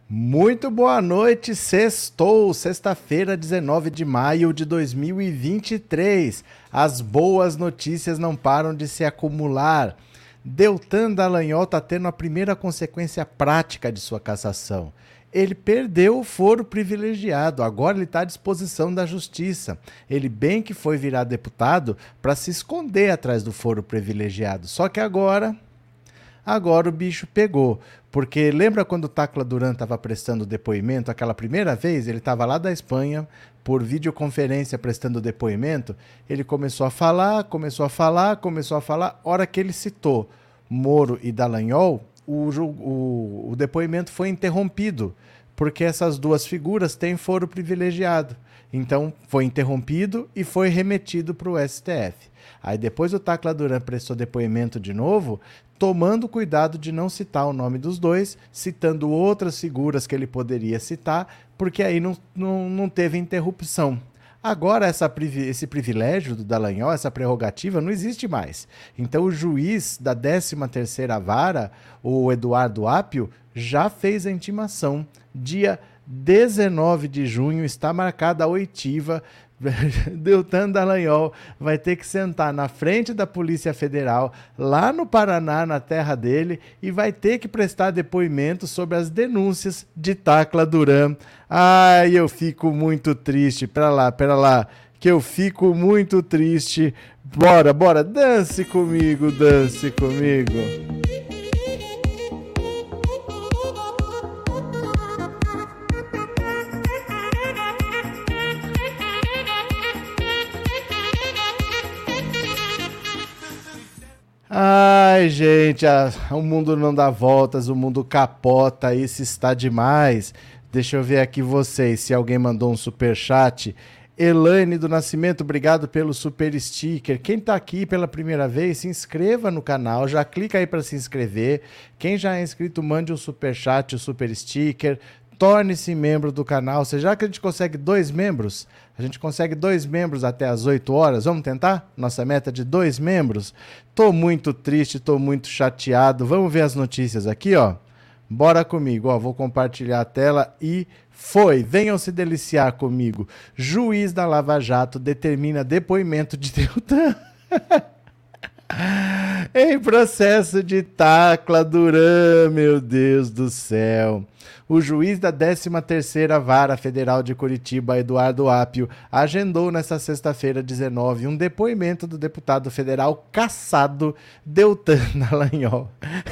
Muito boa noite, sextou, sexta-feira, 19 de maio de 2023. As boas notícias não param de se acumular. Deltan Dallagnol está tendo a primeira consequência prática de sua cassação. Ele perdeu o foro privilegiado, agora ele está à disposição da justiça. Ele bem que foi virar deputado para se esconder atrás do foro privilegiado, só que agora o bicho pegou. Porque lembra quando o Tacla Duran estava prestando depoimento, aquela primeira vez, ele estava lá da Espanha, por videoconferência prestando depoimento, ele começou a falar, hora que ele citou Moro e Dallagnol, o depoimento foi interrompido, porque essas duas figuras têm foro privilegiado. Então, foi interrompido e foi remetido para o STF. Aí depois o Tacla Duran prestou depoimento de novo, tomando cuidado de não citar o nome dos dois, citando outras figuras que ele poderia citar, porque aí não teve interrupção. Agora esse privilégio do Dallagnol, essa prerrogativa, não existe mais. Então o juiz da 13ª Vara, o Eduardo Apio, já fez a intimação. Dia 19 de junho está marcada a oitiva. Deltan Dallagnol vai ter que sentar na frente da Polícia Federal, lá no Paraná, na terra dele, e vai ter que prestar depoimento sobre as denúncias de Tacla Duran. Ai, eu fico muito triste. Pera lá, que eu fico muito triste. Bora, dance comigo. Ai, gente, o mundo não dá voltas, o mundo capota, isso está demais. Deixa eu ver aqui vocês, se alguém mandou um superchat. Elaine do Nascimento, obrigado pelo super sticker. Quem tá aqui pela primeira vez, se inscreva no canal, já clica aí para se inscrever. Quem já é inscrito, mande um superchat, um super sticker. Torne-se membro do canal. Será que a gente consegue 2 membros? A gente consegue 2 membros até as 8 horas? Vamos tentar? Nossa meta de 2 membros? Tô muito triste, tô muito chateado. Vamos ver as notícias aqui, ó. Bora comigo, ó. Vou compartilhar a tela e foi. Venham se deliciar comigo. Juiz da Lava Jato determina depoimento de Deltan em processo de Tacla Duran, meu Deus do céu. O juiz da 13ª Vara Federal de Curitiba, Eduardo Apio, agendou nesta sexta-feira, 19, um depoimento do deputado federal cassado Deltan Dallagnol.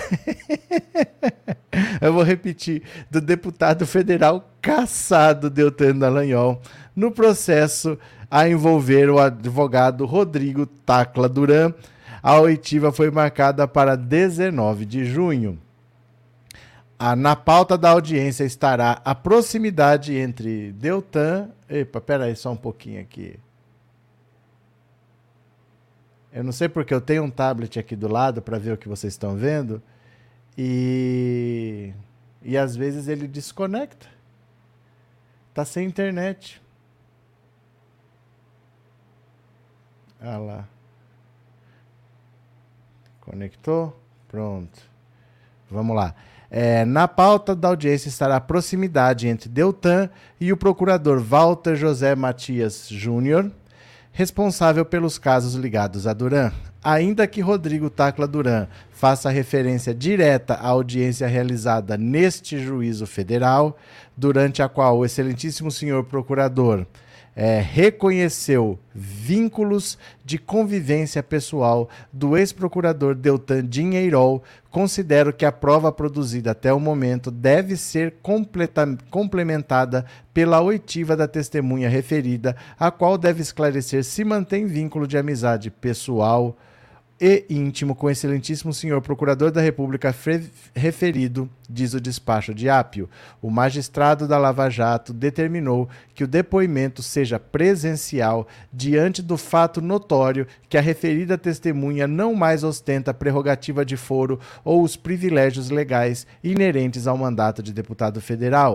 Eu vou repetir, do deputado federal cassado Deltan Dallagnol, no processo a envolver o advogado Rodrigo Tacla Duran. A oitiva foi marcada para 19 de junho. Na pauta da audiência estará a proximidade entre Deltan... Epa, peraí só um pouquinho aqui. Eu não sei porque eu tenho um tablet aqui do lado para ver o que vocês estão vendo. E às vezes ele desconecta. Tá sem internet. Ah lá. Conectou? Pronto. Vamos lá. Na pauta da audiência estará a proximidade entre Deltan e o procurador Walter José Matias Júnior, responsável pelos casos ligados a Duran. Ainda que Rodrigo Tacla Duran faça referência direta à audiência realizada neste juízo federal, durante a qual o excelentíssimo senhor procurador reconheceu vínculos de convivência pessoal do ex-procurador Deltan Dinheirol, considero que a prova produzida até o momento deve ser complementada pela oitiva da testemunha referida, a qual deve esclarecer se mantém vínculo de amizade pessoal e íntimo com o excelentíssimo senhor procurador da República referido, diz o despacho de Apio. O magistrado da Lava Jato determinou que o depoimento seja presencial diante do fato notório que a referida testemunha não mais ostenta a prerrogativa de foro ou os privilégios legais inerentes ao mandato de deputado federal.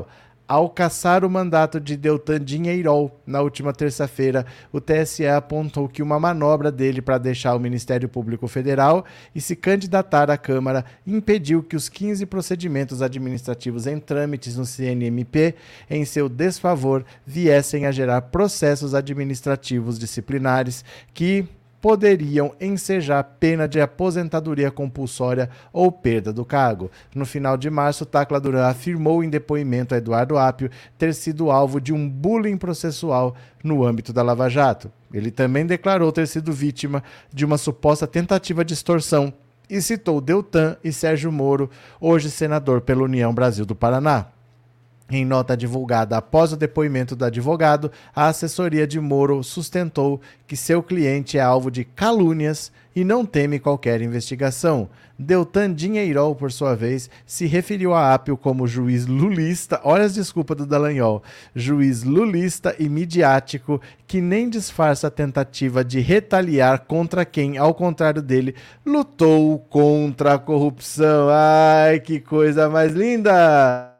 Ao cassar o mandato de Deltan Dinheirol, na última terça-feira, o TSE apontou que uma manobra dele para deixar o Ministério Público Federal e se candidatar à Câmara impediu que os 15 procedimentos administrativos em trâmites no CNMP, em seu desfavor, viessem a gerar processos administrativos disciplinares que poderiam ensejar pena de aposentadoria compulsória ou perda do cargo. No final de março, Tacla Duran afirmou em depoimento a Eduardo Apio ter sido alvo de um bullying processual no âmbito da Lava Jato. Ele também declarou ter sido vítima de uma suposta tentativa de extorsão e citou Deltan e Sérgio Moro, hoje senador pela União Brasil do Paraná. Em nota divulgada após o depoimento do advogado, a assessoria de Moro sustentou que seu cliente é alvo de calúnias e não teme qualquer investigação. Deltan Dinheirol, por sua vez, se referiu a Apio como juiz lulista, olha as desculpas do Dallagnol, juiz lulista e midiático que nem disfarça a tentativa de retaliar contra quem, ao contrário dele, lutou contra a corrupção. Ai, que coisa mais linda!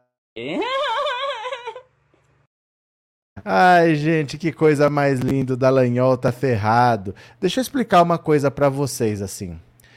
Ai, gente, que coisa mais linda, o Dallagnol tá ferrado. Deixa eu explicar uma coisa pra vocês, assim.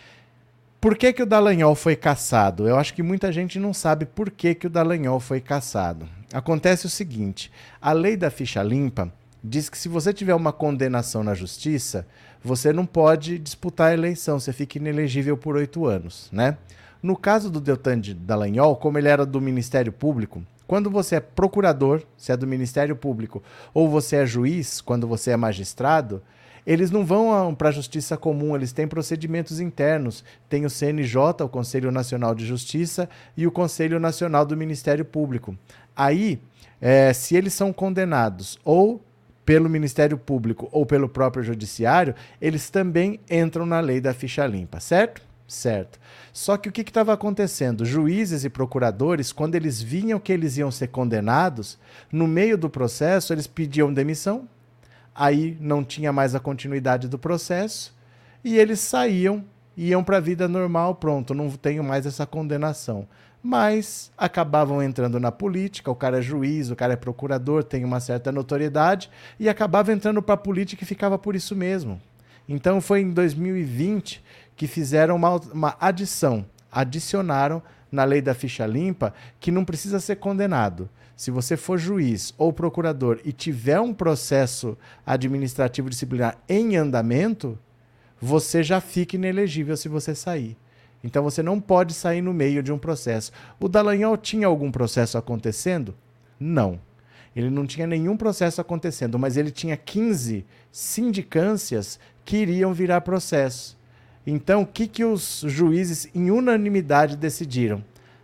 Por que o Dallagnol foi cassado? Eu acho que muita gente não sabe por que o Dallagnol foi cassado. Acontece o seguinte, a lei da ficha limpa diz que se você tiver uma condenação na justiça, você não pode disputar a eleição, você fica inelegível por 8 anos, né? No caso do Deltan Dallagnol, como ele era do Ministério Público, quando você é procurador, se é do Ministério Público, ou você é juiz, quando você é magistrado, eles não vão para a justiça comum, eles têm procedimentos internos. Tem o CNJ, o Conselho Nacional de Justiça, e o Conselho Nacional do Ministério Público. Aí, se eles são condenados ou pelo Ministério Público ou pelo próprio Judiciário, eles também entram na lei da ficha limpa, certo? Certo. Só que o que estava acontecendo? Juízes e procuradores, quando eles vinham que eles iam ser condenados, no meio do processo eles pediam demissão, aí não tinha mais a continuidade do processo e eles saíam, iam para a vida normal, pronto, não tenho mais essa condenação. Mas acabavam entrando na política, o cara é juiz, o cara é procurador, tem uma certa notoriedade e acabava entrando para a política e ficava por isso mesmo. Então foi em 2020 que fizeram uma adição, adicionaram na lei da ficha limpa que não precisa ser condenado. Se você for juiz ou procurador e tiver um processo administrativo disciplinar em andamento, você já fica inelegível se você sair. Então você não pode sair no meio de um processo. O Dallagnol tinha algum processo acontecendo? Não. Ele não tinha nenhum processo acontecendo, mas ele tinha 15 sindicâncias que iriam virar processo. Então, o que os juízes, em unanimidade, decidiram?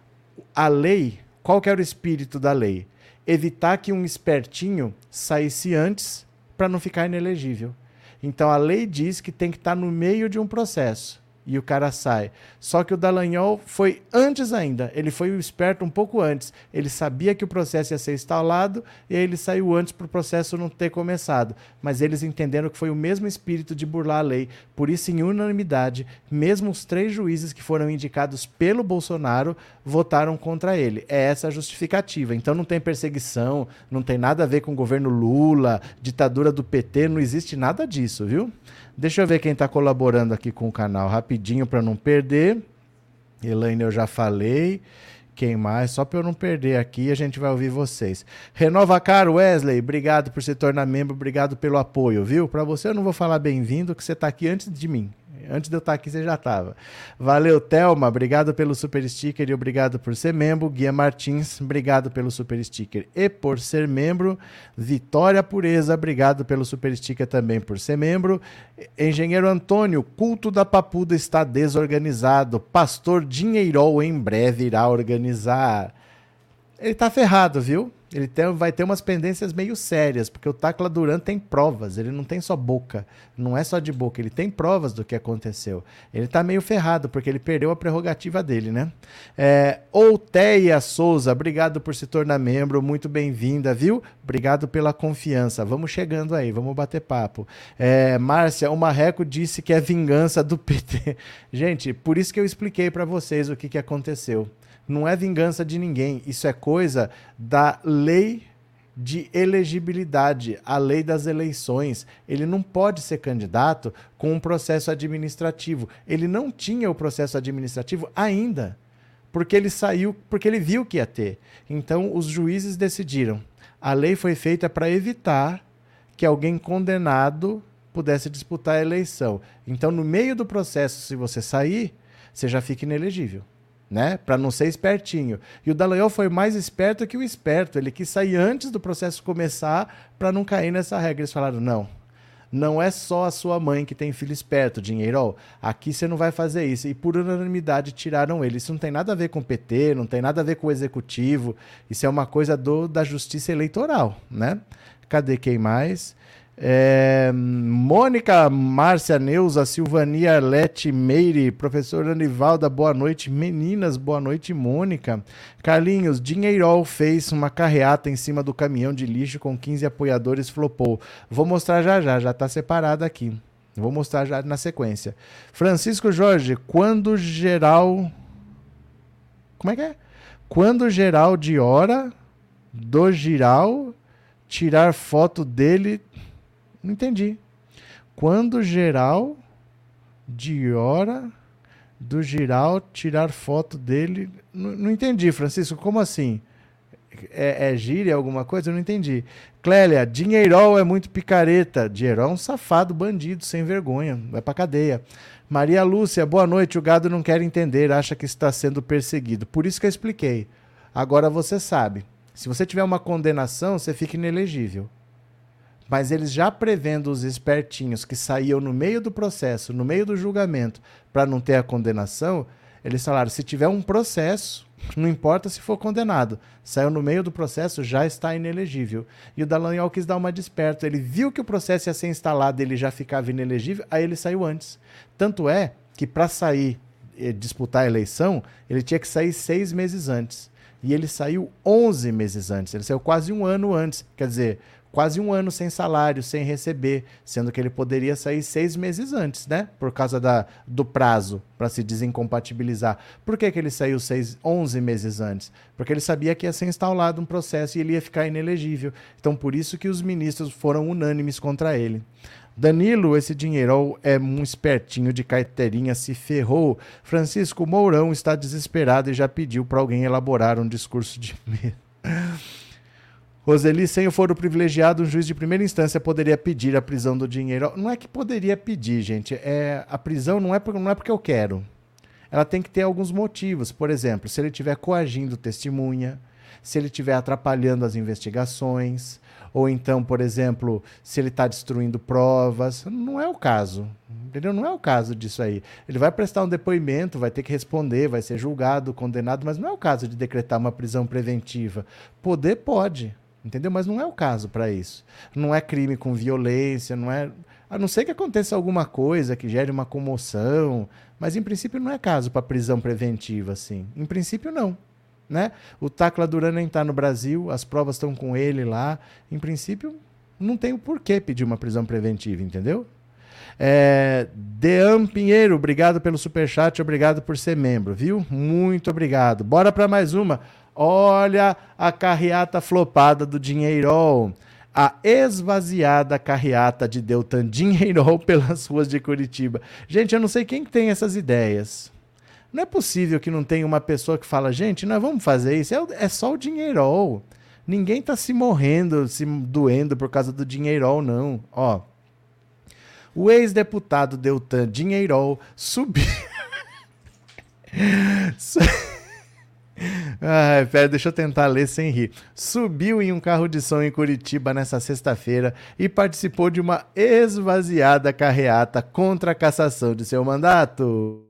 A lei, qual que era o espírito da lei? Evitar que um espertinho saísse antes para não ficar inelegível. Então, a lei diz que tem que estar no meio de um processo. E o cara sai. Só que o Dallagnol foi antes ainda. Ele foi o esperto um pouco antes. Ele sabia que o processo ia ser instalado e aí ele saiu antes para o processo não ter começado. Mas eles entenderam que foi o mesmo espírito de burlar a lei. Por isso, em unanimidade, mesmo os 3 juízes que foram indicados pelo Bolsonaro votaram contra ele. É essa a justificativa. Então não tem perseguição, não tem nada a ver com o governo Lula, ditadura do PT, não existe nada disso, viu? Deixa eu ver quem está colaborando aqui com o canal rapidinho para não perder. Elaine, eu já falei. Quem mais? Só para eu não perder aqui, a gente vai ouvir vocês. Renova Caro, Wesley, obrigado por se tornar membro, obrigado pelo apoio, viu? Para você eu não vou falar bem-vindo, que você está aqui antes de mim. Antes de eu estar aqui, você já estava. Valeu, Thelma. Obrigado pelo super sticker e obrigado por ser membro. Guia Martins, obrigado pelo super sticker e por ser membro. Vitória Pureza, obrigado pelo super sticker também por ser membro. Engenheiro Antônio, culto da Papuda está desorganizado. Pastor Dinheirol em breve irá organizar. Ele tá ferrado, viu? Ele vai ter umas pendências meio sérias, porque o Tacla Duran tem provas, ele não tem só boca, não é só de boca, ele tem provas do que aconteceu. Ele tá meio ferrado, porque ele perdeu a prerrogativa dele, né? Outeia Souza, obrigado por se tornar membro, muito bem-vinda, viu? Obrigado pela confiança, vamos chegando aí, vamos bater papo. Márcia, o Marreco disse que é vingança do PT. Gente, por isso que eu expliquei para vocês o que aconteceu. Não é vingança de ninguém. Isso é coisa da lei de elegibilidade, a lei das eleições. Ele não pode ser candidato com um processo administrativo. Ele não tinha o processo administrativo ainda, porque ele saiu, porque ele viu que ia ter. Então, os juízes decidiram. A lei foi feita para evitar que alguém condenado pudesse disputar a eleição. Então, no meio do processo, se você sair, você já fica inelegível, né? Para não ser espertinho. E o Dallagnol foi mais esperto que o esperto. Ele quis sair antes do processo começar para não cair nessa regra. Eles falaram, não é só a sua mãe que tem filho esperto, Dinheirão. Aqui você não vai fazer isso. E por unanimidade tiraram ele. Isso não tem nada a ver com o PT, não tem nada a ver com o executivo. Isso é uma coisa da justiça eleitoral, né? Cadê quem mais? Mônica, Márcia, Neuza, Silvania, Arlete, Meire, professora Anivalda, boa noite. Meninas, boa noite, Mônica. Carlinhos, Dinheirol fez uma carreata em cima do caminhão de lixo com 15 apoiadores, flopou. Vou mostrar já tá separado aqui. Vou mostrar já na sequência. Francisco Jorge, quando geral... Como é que é? Quando geral de hora do giral tirar foto dele... Não entendi. Quando geral de hora do giral tirar foto dele... Não entendi, Francisco. Como assim? É gíria alguma coisa? Eu não entendi. Clélia, Dinheirol é muito picareta. Dinheirol é um safado, bandido, sem vergonha. Vai pra cadeia. Maria Lúcia, boa noite. O gado não quer entender, acha que está sendo perseguido. Por isso que eu expliquei. Agora você sabe. Se você tiver uma condenação, você fica inelegível. Mas eles já prevendo os espertinhos que saíam no meio do processo, no meio do julgamento, para não ter a condenação, eles falaram, se tiver um processo, não importa se for condenado, saiu no meio do processo, já está inelegível. E o Dallagnol quis dar uma desperta. Ele viu que o processo ia ser instalado, ele já ficava inelegível, aí ele saiu antes. Tanto é que para sair, disputar a eleição, ele tinha que sair 6 meses antes. E ele saiu 11 meses antes, ele saiu quase um ano antes, quer dizer... Quase um ano sem salário, sem receber, sendo que ele poderia sair 6 meses antes, né? Por causa do prazo para se desincompatibilizar. Por que ele saiu 11 meses antes? Porque ele sabia que ia ser instalado um processo e ele ia ficar inelegível. Então, por isso que os ministros foram unânimes contra ele. Danilo, esse Dinheirol é um espertinho de carteirinha, se ferrou. Francisco Mourão está desesperado e já pediu para alguém elaborar um discurso de medo. Roseli, sem o foro privilegiado, um juiz de primeira instância poderia pedir a prisão do Dinheirol. Não é que poderia pedir, gente. A prisão não é porque eu quero. Ela tem que ter alguns motivos. Por exemplo, se ele estiver coagindo testemunha, se ele estiver atrapalhando as investigações, ou então, por exemplo, se ele está destruindo provas. Não é o caso. Entendeu? Não é o caso disso aí. Ele vai prestar um depoimento, vai ter que responder, vai ser julgado, condenado, mas não é o caso de decretar uma prisão preventiva. Poder pode. Entendeu? Mas não é o caso para isso. Não é crime com violência, não é... A não ser que aconteça alguma coisa que gere uma comoção, mas em princípio não é caso para prisão preventiva, assim. Em princípio não, né? O Tacla Duran nem está no Brasil, as provas estão com ele lá. Em princípio não tem o porquê pedir uma prisão preventiva, entendeu? Dean Pinheiro, obrigado pelo superchat, obrigado por ser membro, viu? Muito obrigado. Bora para mais uma. Olha a carreata flopada do Dinheirol. A esvaziada carreata de Deltan Dinheirol pelas ruas de Curitiba. Gente, eu não sei quem tem essas ideias. Não é possível que não tenha uma pessoa que fala, gente, nós vamos fazer isso. É só o Dinheirol. Ninguém tá se morrendo, se doendo por causa do Dinheirol, não. Ó, o ex-deputado Deltan Dinheirol subiu... Pera, deixa eu tentar ler sem rir. Subiu em um carro de som em Curitiba nessa sexta-feira e participou de uma esvaziada carreata contra a cassação de seu mandato.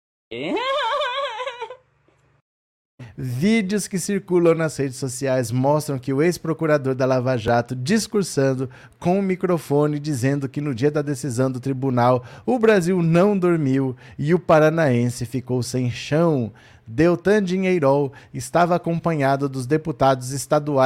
Vídeos que circulam nas redes sociais mostram que o ex-procurador da Lava Jato discursando com o microfone dizendo que no dia da decisão do tribunal o Brasil não dormiu e o paranaense ficou sem chão. Deltan Dinheirol estava acompanhado dos deputados estaduais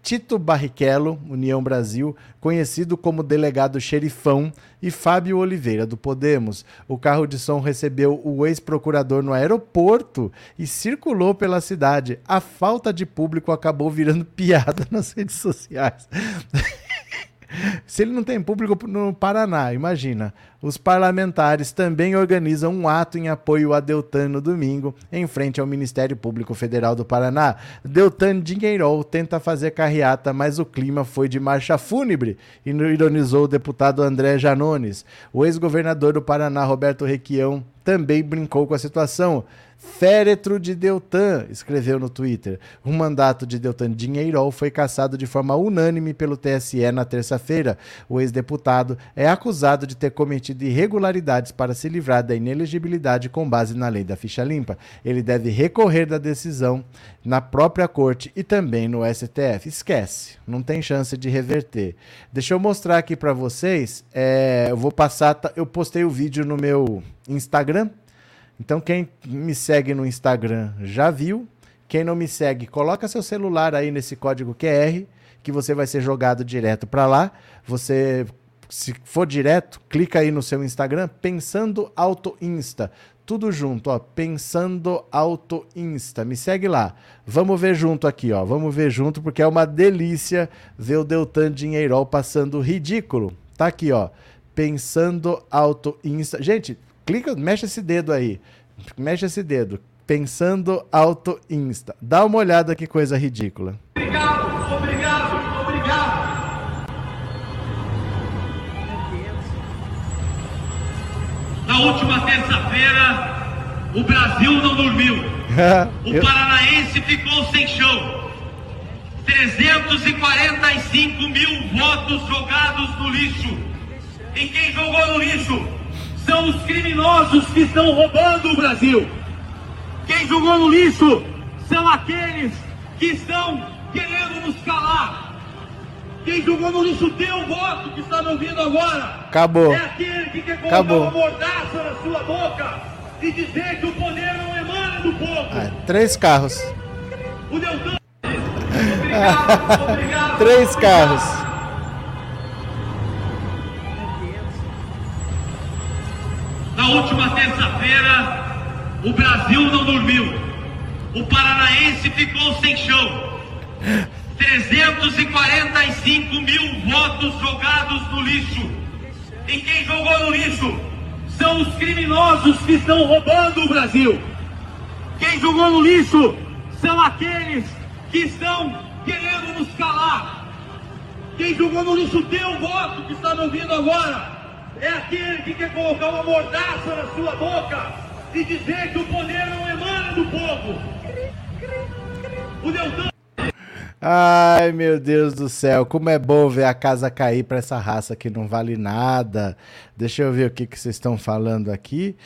Tito Barrichello, União Brasil, conhecido como delegado xerifão, e Fábio Oliveira, do Podemos. O carro de som recebeu o ex-procurador no aeroporto e circulou pela cidade. A falta de público acabou virando piada nas redes sociais. Se ele não tem público no Paraná, imagina. Os parlamentares também organizam um ato em apoio a Deltan no domingo, em frente ao Ministério Público Federal do Paraná. Deltan Dinheirol tenta fazer carreata, mas o clima foi de marcha fúnebre, ironizou o deputado André Janones. O ex-governador do Paraná, Roberto Requião, também brincou com a situação. Féretro de Deltan, escreveu no Twitter. O mandato de Deltan Dinheirol foi cassado de forma unânime pelo TSE na terça-feira. O ex-deputado é acusado de ter cometido irregularidades para se livrar da inelegibilidade com base na lei da ficha limpa. Ele deve recorrer da decisão na própria corte e também no STF. Esquece, não tem chance de reverter. Deixa eu mostrar aqui para vocês. Eu postei o vídeo no meu Instagram. Então quem me segue no Instagram já viu. Quem não me segue, coloca seu celular aí nesse código QR, que você vai ser jogado direto para lá. Você, se for direto, clica aí no seu Instagram, Pensando Auto Insta. Tudo junto, ó, Pensando Auto Insta. Me segue lá. Vamos ver junto aqui, ó. Vamos ver junto, porque é uma delícia ver o Deltan Dinheirol passando ridículo. Tá aqui, ó. Pensando Auto Insta. Gente, clica, mexe esse dedo aí. Mexe esse dedo. Pensando Auto Insta. Dá uma olhada que coisa ridícula. Obrigado, obrigado, obrigado. Na última terça-feira, o Brasil não dormiu. O paranaense ficou sem chão. 345 mil votos jogados no lixo. E quem jogou no lixo são os criminosos que estão roubando o Brasil. Quem jogou no lixo são aqueles que estão querendo nos calar. Quem jogou no lixo deu voto, que está me ouvindo agora. Acabou. É aquele que quer colocar uma mordaça na sua boca e dizer que o poder não emana do povo. 3 carros. O Deltan. Obrigado, obrigado. 3 carros. Na última terça-feira, o Brasil não dormiu. O paranaense ficou sem chão. 345 mil votos jogados no lixo. E quem jogou no lixo são os criminosos que estão roubando o Brasil. Quem jogou no lixo são aqueles que estão querendo nos calar. Quem jogou no lixo deu voto, que está me ouvindo agora. É aquele que quer colocar uma mordaça na sua boca e dizer que o poder não emana do povo. O Deltan. Ai, meu Deus do céu, como é bom ver a casa cair para essa raça que não vale nada. Deixa eu ver o que vocês estão falando aqui.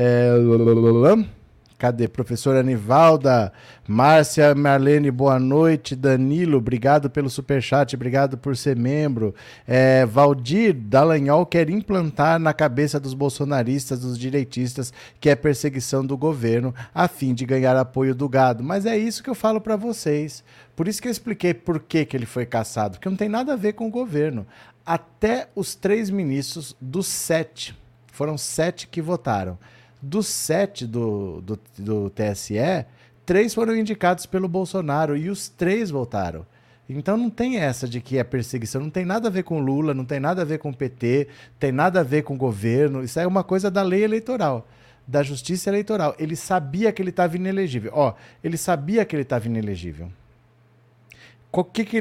Cadê? Professora Anivalda, Márcia, Marlene, boa noite. Danilo, obrigado pelo superchat, obrigado por ser membro. Valdir Dallagnol quer implantar na cabeça dos bolsonaristas, dos direitistas, que é perseguição do governo, a fim de ganhar apoio do gado. Mas é isso que eu falo para vocês. Por isso que eu expliquei por que ele foi cassado, porque não tem nada a ver com o governo. Até os 3 ministros dos 7, foram 7 que votaram. Dos 7 do TSE, 3 foram indicados pelo Bolsonaro e os 3 votaram. Então não tem essa de que é perseguição, não tem nada a ver com Lula, não tem nada a ver com o PT, tem nada a ver com o governo, isso é uma coisa da lei eleitoral, da justiça eleitoral. Ele sabia que ele estava inelegível. Ele sabia que ele estava inelegível. Com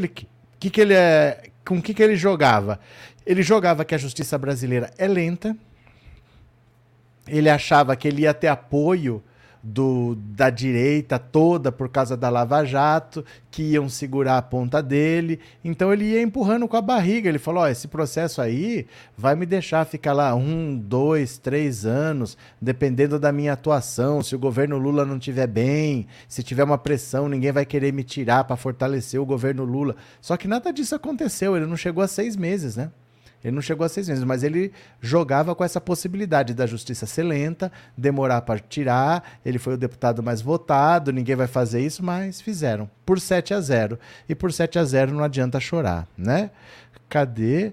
o que ele jogava? Ele jogava que a justiça brasileira é lenta. Ele achava que ele ia ter apoio da direita toda por causa da Lava Jato, que iam segurar a ponta dele. Então ele ia empurrando com a barriga. Ele falou, esse processo aí vai me deixar ficar lá 1, 2, 3 anos, dependendo da minha atuação. Se o governo Lula não estiver bem, se tiver uma pressão, ninguém vai querer me tirar para fortalecer o governo Lula. Só que nada disso aconteceu. Ele não chegou a 6 meses, né? Ele não chegou a 6 meses, mas ele jogava com essa possibilidade da justiça ser lenta, demorar para tirar. Ele foi o deputado mais votado, ninguém vai fazer isso, mas fizeram. Por 7-0. E por 7-0 não adianta chorar, né? Cadê?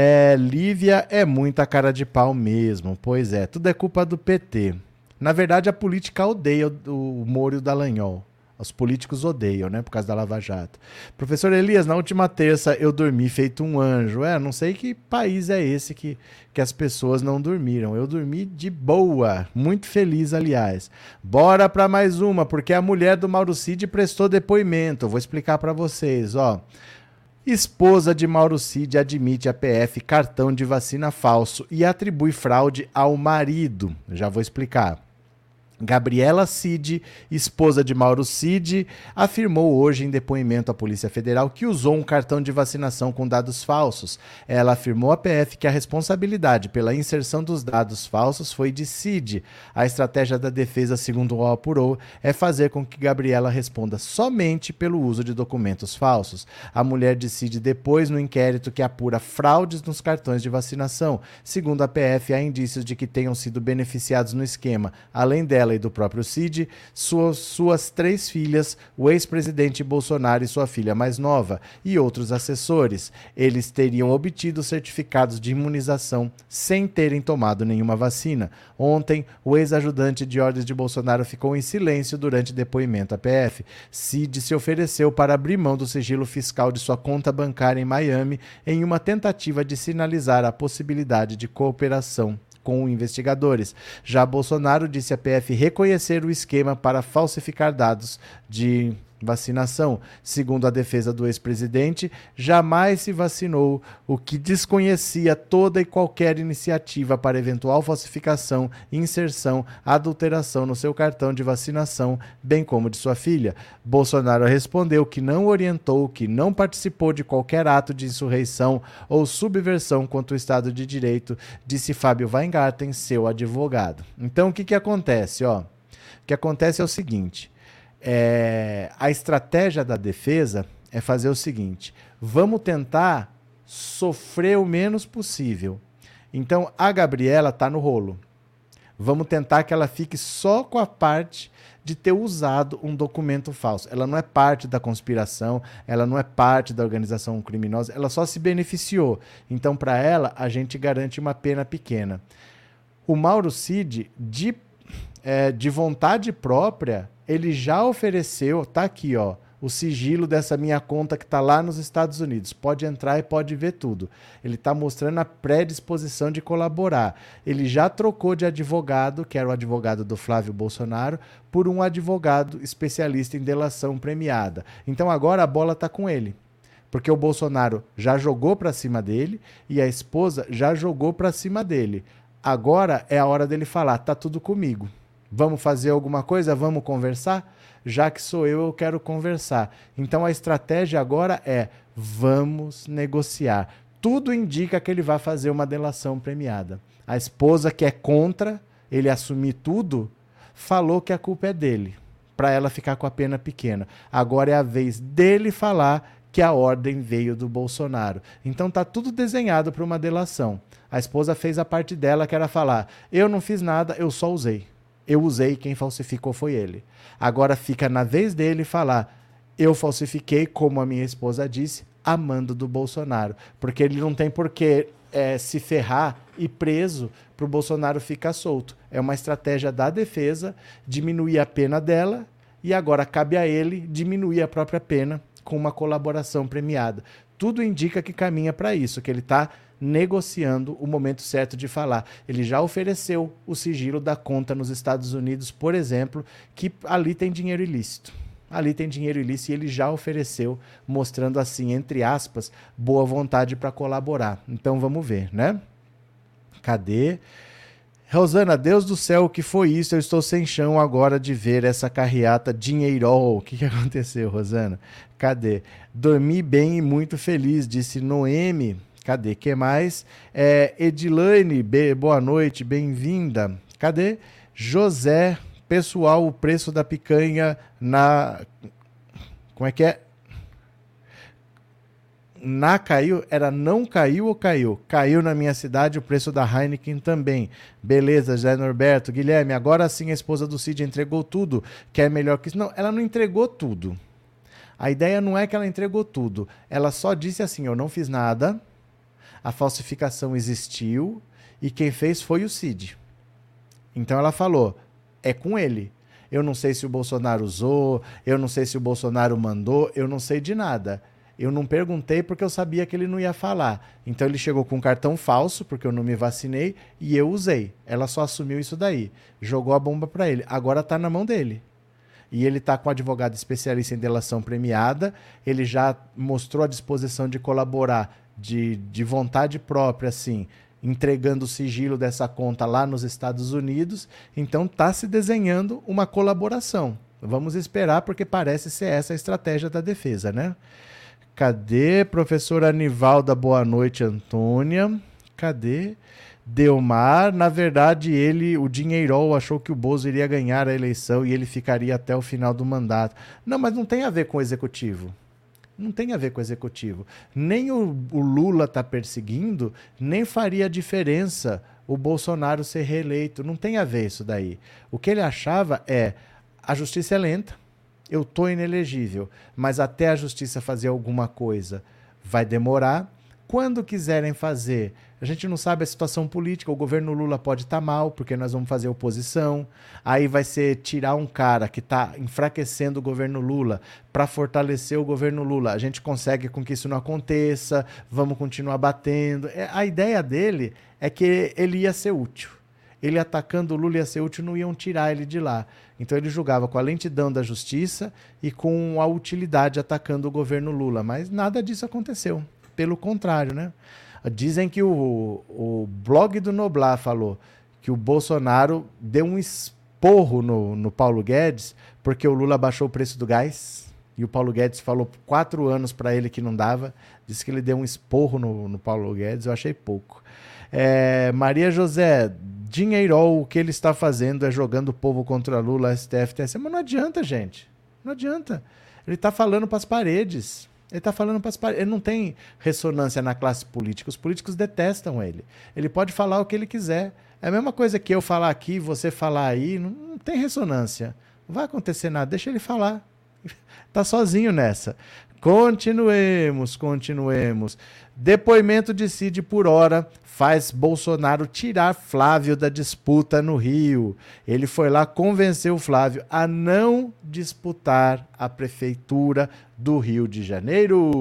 Lívia é muita cara de pau mesmo. Pois é, tudo é culpa do PT. Na verdade, a política odeia o Moro e o Dallagnol. Os políticos odeiam, né? Por causa da Lava Jato. Professor Elias, na última terça eu dormi feito um anjo. Não sei que país é esse que as pessoas não dormiram. Eu dormi de boa. Muito feliz, aliás. Bora para mais uma, porque a mulher do Mauro Cid prestou depoimento. Vou explicar para vocês, ó. Esposa de Mauro Cid admite a PF cartão de vacina falso e atribui fraude ao marido. Já vou explicar. Gabriela Cid, esposa de Mauro Cid, afirmou hoje em depoimento à Polícia Federal que usou um cartão de vacinação com dados falsos. Ela afirmou à PF que a responsabilidade pela inserção dos dados falsos foi de Cid. A estratégia da defesa, segundo o apurou, é fazer com que Gabriela responda somente pelo uso de documentos falsos. A mulher de Cid depôs no inquérito que apura fraudes nos cartões de vacinação. Segundo a PF, há indícios de que tenham sido beneficiados no esquema, além dela e do próprio Cid, suas 3 filhas, o ex-presidente Bolsonaro e sua filha mais nova, e outros assessores. Eles teriam obtido certificados de imunização sem terem tomado nenhuma vacina. Ontem, o ex-ajudante de ordens de Bolsonaro ficou em silêncio durante depoimento à PF. Cid se ofereceu para abrir mão do sigilo fiscal de sua conta bancária em Miami em uma tentativa de sinalizar a possibilidade de cooperação com investigadores. Já Bolsonaro disse à PF reconhecer o esquema para falsificar dados de vacinação. Segundo a defesa do ex-presidente, jamais se vacinou, o que desconhecia toda e qualquer iniciativa para eventual falsificação, inserção, adulteração no seu cartão de vacinação, bem como de sua filha. Bolsonaro respondeu que não orientou, que não participou de qualquer ato de insurreição ou subversão contra o Estado de Direito, disse Fábio Weingarten, seu advogado. Então, o que acontece? O que acontece é o seguinte: a estratégia da defesa é fazer o seguinte: vamos tentar sofrer o menos possível. Então, a Gabriela está no rolo. Vamos tentar que ela fique só com a parte de ter usado um documento falso. Ela não é parte da conspiração, ela não é parte da organização criminosa, ela só se beneficiou. Então, para ela, a gente garante uma pena pequena. O Mauro Cid, de vontade própria, ele já ofereceu, tá aqui, ó, o sigilo dessa minha conta que tá lá nos Estados Unidos. Pode entrar e pode ver tudo. Ele tá mostrando a predisposição de colaborar. Ele já trocou de advogado, que era o advogado do Flávio Bolsonaro, por um advogado especialista em delação premiada. Então agora a bola tá com ele. Porque o Bolsonaro já jogou para cima dele e a esposa já jogou para cima dele. Agora é a hora dele falar, tá tudo comigo. Vamos fazer alguma coisa? Vamos conversar? Já que sou eu quero conversar. Então a estratégia agora é: vamos negociar. Tudo indica que ele vai fazer uma delação premiada. A esposa, que é contra ele assumir tudo, falou que a culpa é dele, para ela ficar com a pena pequena. Agora é a vez dele falar que a ordem veio do Bolsonaro. Então tá tudo desenhado para uma delação. A esposa fez a parte dela, que era falar: eu não fiz nada, eu só usei. Eu usei, quem falsificou foi ele. Agora fica na vez dele falar: eu falsifiquei, como a minha esposa disse, a mando do Bolsonaro. Porque ele não tem por que se ferrar e preso para o Bolsonaro ficar solto. É uma estratégia da defesa diminuir a pena dela e agora cabe a ele diminuir a própria pena com uma colaboração premiada. Tudo indica que caminha para isso, que ele está negociando o momento certo de falar. Ele já ofereceu o sigilo da conta nos Estados Unidos, por exemplo, que ali tem dinheiro ilícito. Ali tem dinheiro ilícito e ele já ofereceu, mostrando assim, entre aspas, boa vontade para colaborar. Então vamos ver, né? Cadê? Rosana, Deus do céu, o que foi isso? Eu estou sem chão agora de ver essa carreata dinheirol. O que aconteceu, Rosana? Cadê? Dormi bem e muito feliz, disse Noemi. Cadê? Que mais? Edilane, boa noite, bem-vinda. Cadê? José, pessoal, o preço da picanha na... Como é que é? caiu, era não caiu ou caiu? Caiu na minha cidade o preço da Heineken também. Beleza, José Norberto, Guilherme, agora sim a esposa do Cid entregou tudo, que é melhor que isso. Não, ela não entregou tudo. A ideia não é que ela entregou tudo. Ela só disse assim, eu não fiz nada, a falsificação existiu e quem fez foi o Cid. Então ela falou, é com ele. Eu não sei se o Bolsonaro usou, eu não sei se o Bolsonaro mandou, eu não sei de nada. Eu não perguntei porque eu sabia que ele não ia falar. Então ele chegou com um cartão falso, porque eu não me vacinei, e eu usei. Ela só assumiu isso daí. Jogou a bomba para ele. Agora tá na mão dele. E ele tá com um advogado especialista em delação premiada. Ele já mostrou a disposição de colaborar de vontade própria, assim, entregando o sigilo dessa conta lá nos Estados Unidos. Então tá se desenhando uma colaboração. Vamos esperar, porque parece ser essa a estratégia da defesa, né? Cadê? Professora Anivalda, boa noite, Antônia. Cadê? Delmar, na verdade, o Dinheirol, achou que o Bozo iria ganhar a eleição e ele ficaria até o final do mandato. Não, mas não tem a ver com o executivo. Não tem a ver com o executivo. Nem o Lula está perseguindo, nem faria diferença o Bolsonaro ser reeleito. Não tem a ver isso daí. O que ele achava é, a justiça é lenta, eu estou inelegível, mas até a justiça fazer alguma coisa vai demorar. Quando quiserem fazer, a gente não sabe a situação política, o governo Lula pode estar mal, porque nós vamos fazer oposição, aí vai ser tirar um cara que está enfraquecendo o governo Lula para fortalecer o governo Lula. A gente consegue com que isso não aconteça, vamos continuar batendo. A ideia dele é que ele ia ser útil. Ele atacando o Lula ia ser útil, não iam tirar ele de lá. Então ele julgava com a lentidão da justiça e com a utilidade atacando o governo Lula, mas nada disso aconteceu. Pelo contrário, né? Dizem que o blog do Noblar falou que o Bolsonaro deu um esporro no Paulo Guedes porque o Lula baixou o preço do gás e o Paulo Guedes falou 4 anos para ele que não dava. Disse que ele deu um esporro no Paulo Guedes, eu achei pouco. Maria José, Dinheirol, o que ele está fazendo é jogando o povo contra Lula, STF, TSE. Mas não adianta, gente. Não adianta. Ele está falando para as paredes. Ele não tem ressonância na classe política. Os políticos detestam ele. Ele pode falar o que ele quiser. É a mesma coisa que eu falar aqui, você falar aí. Não tem ressonância. Não vai acontecer nada. Deixa ele falar. Tá sozinho nessa. Continuemos. Depoimento de Cid por hora faz Bolsonaro tirar Flávio da disputa no Rio. Ele foi lá convencer o Flávio a não disputar a prefeitura do Rio de Janeiro.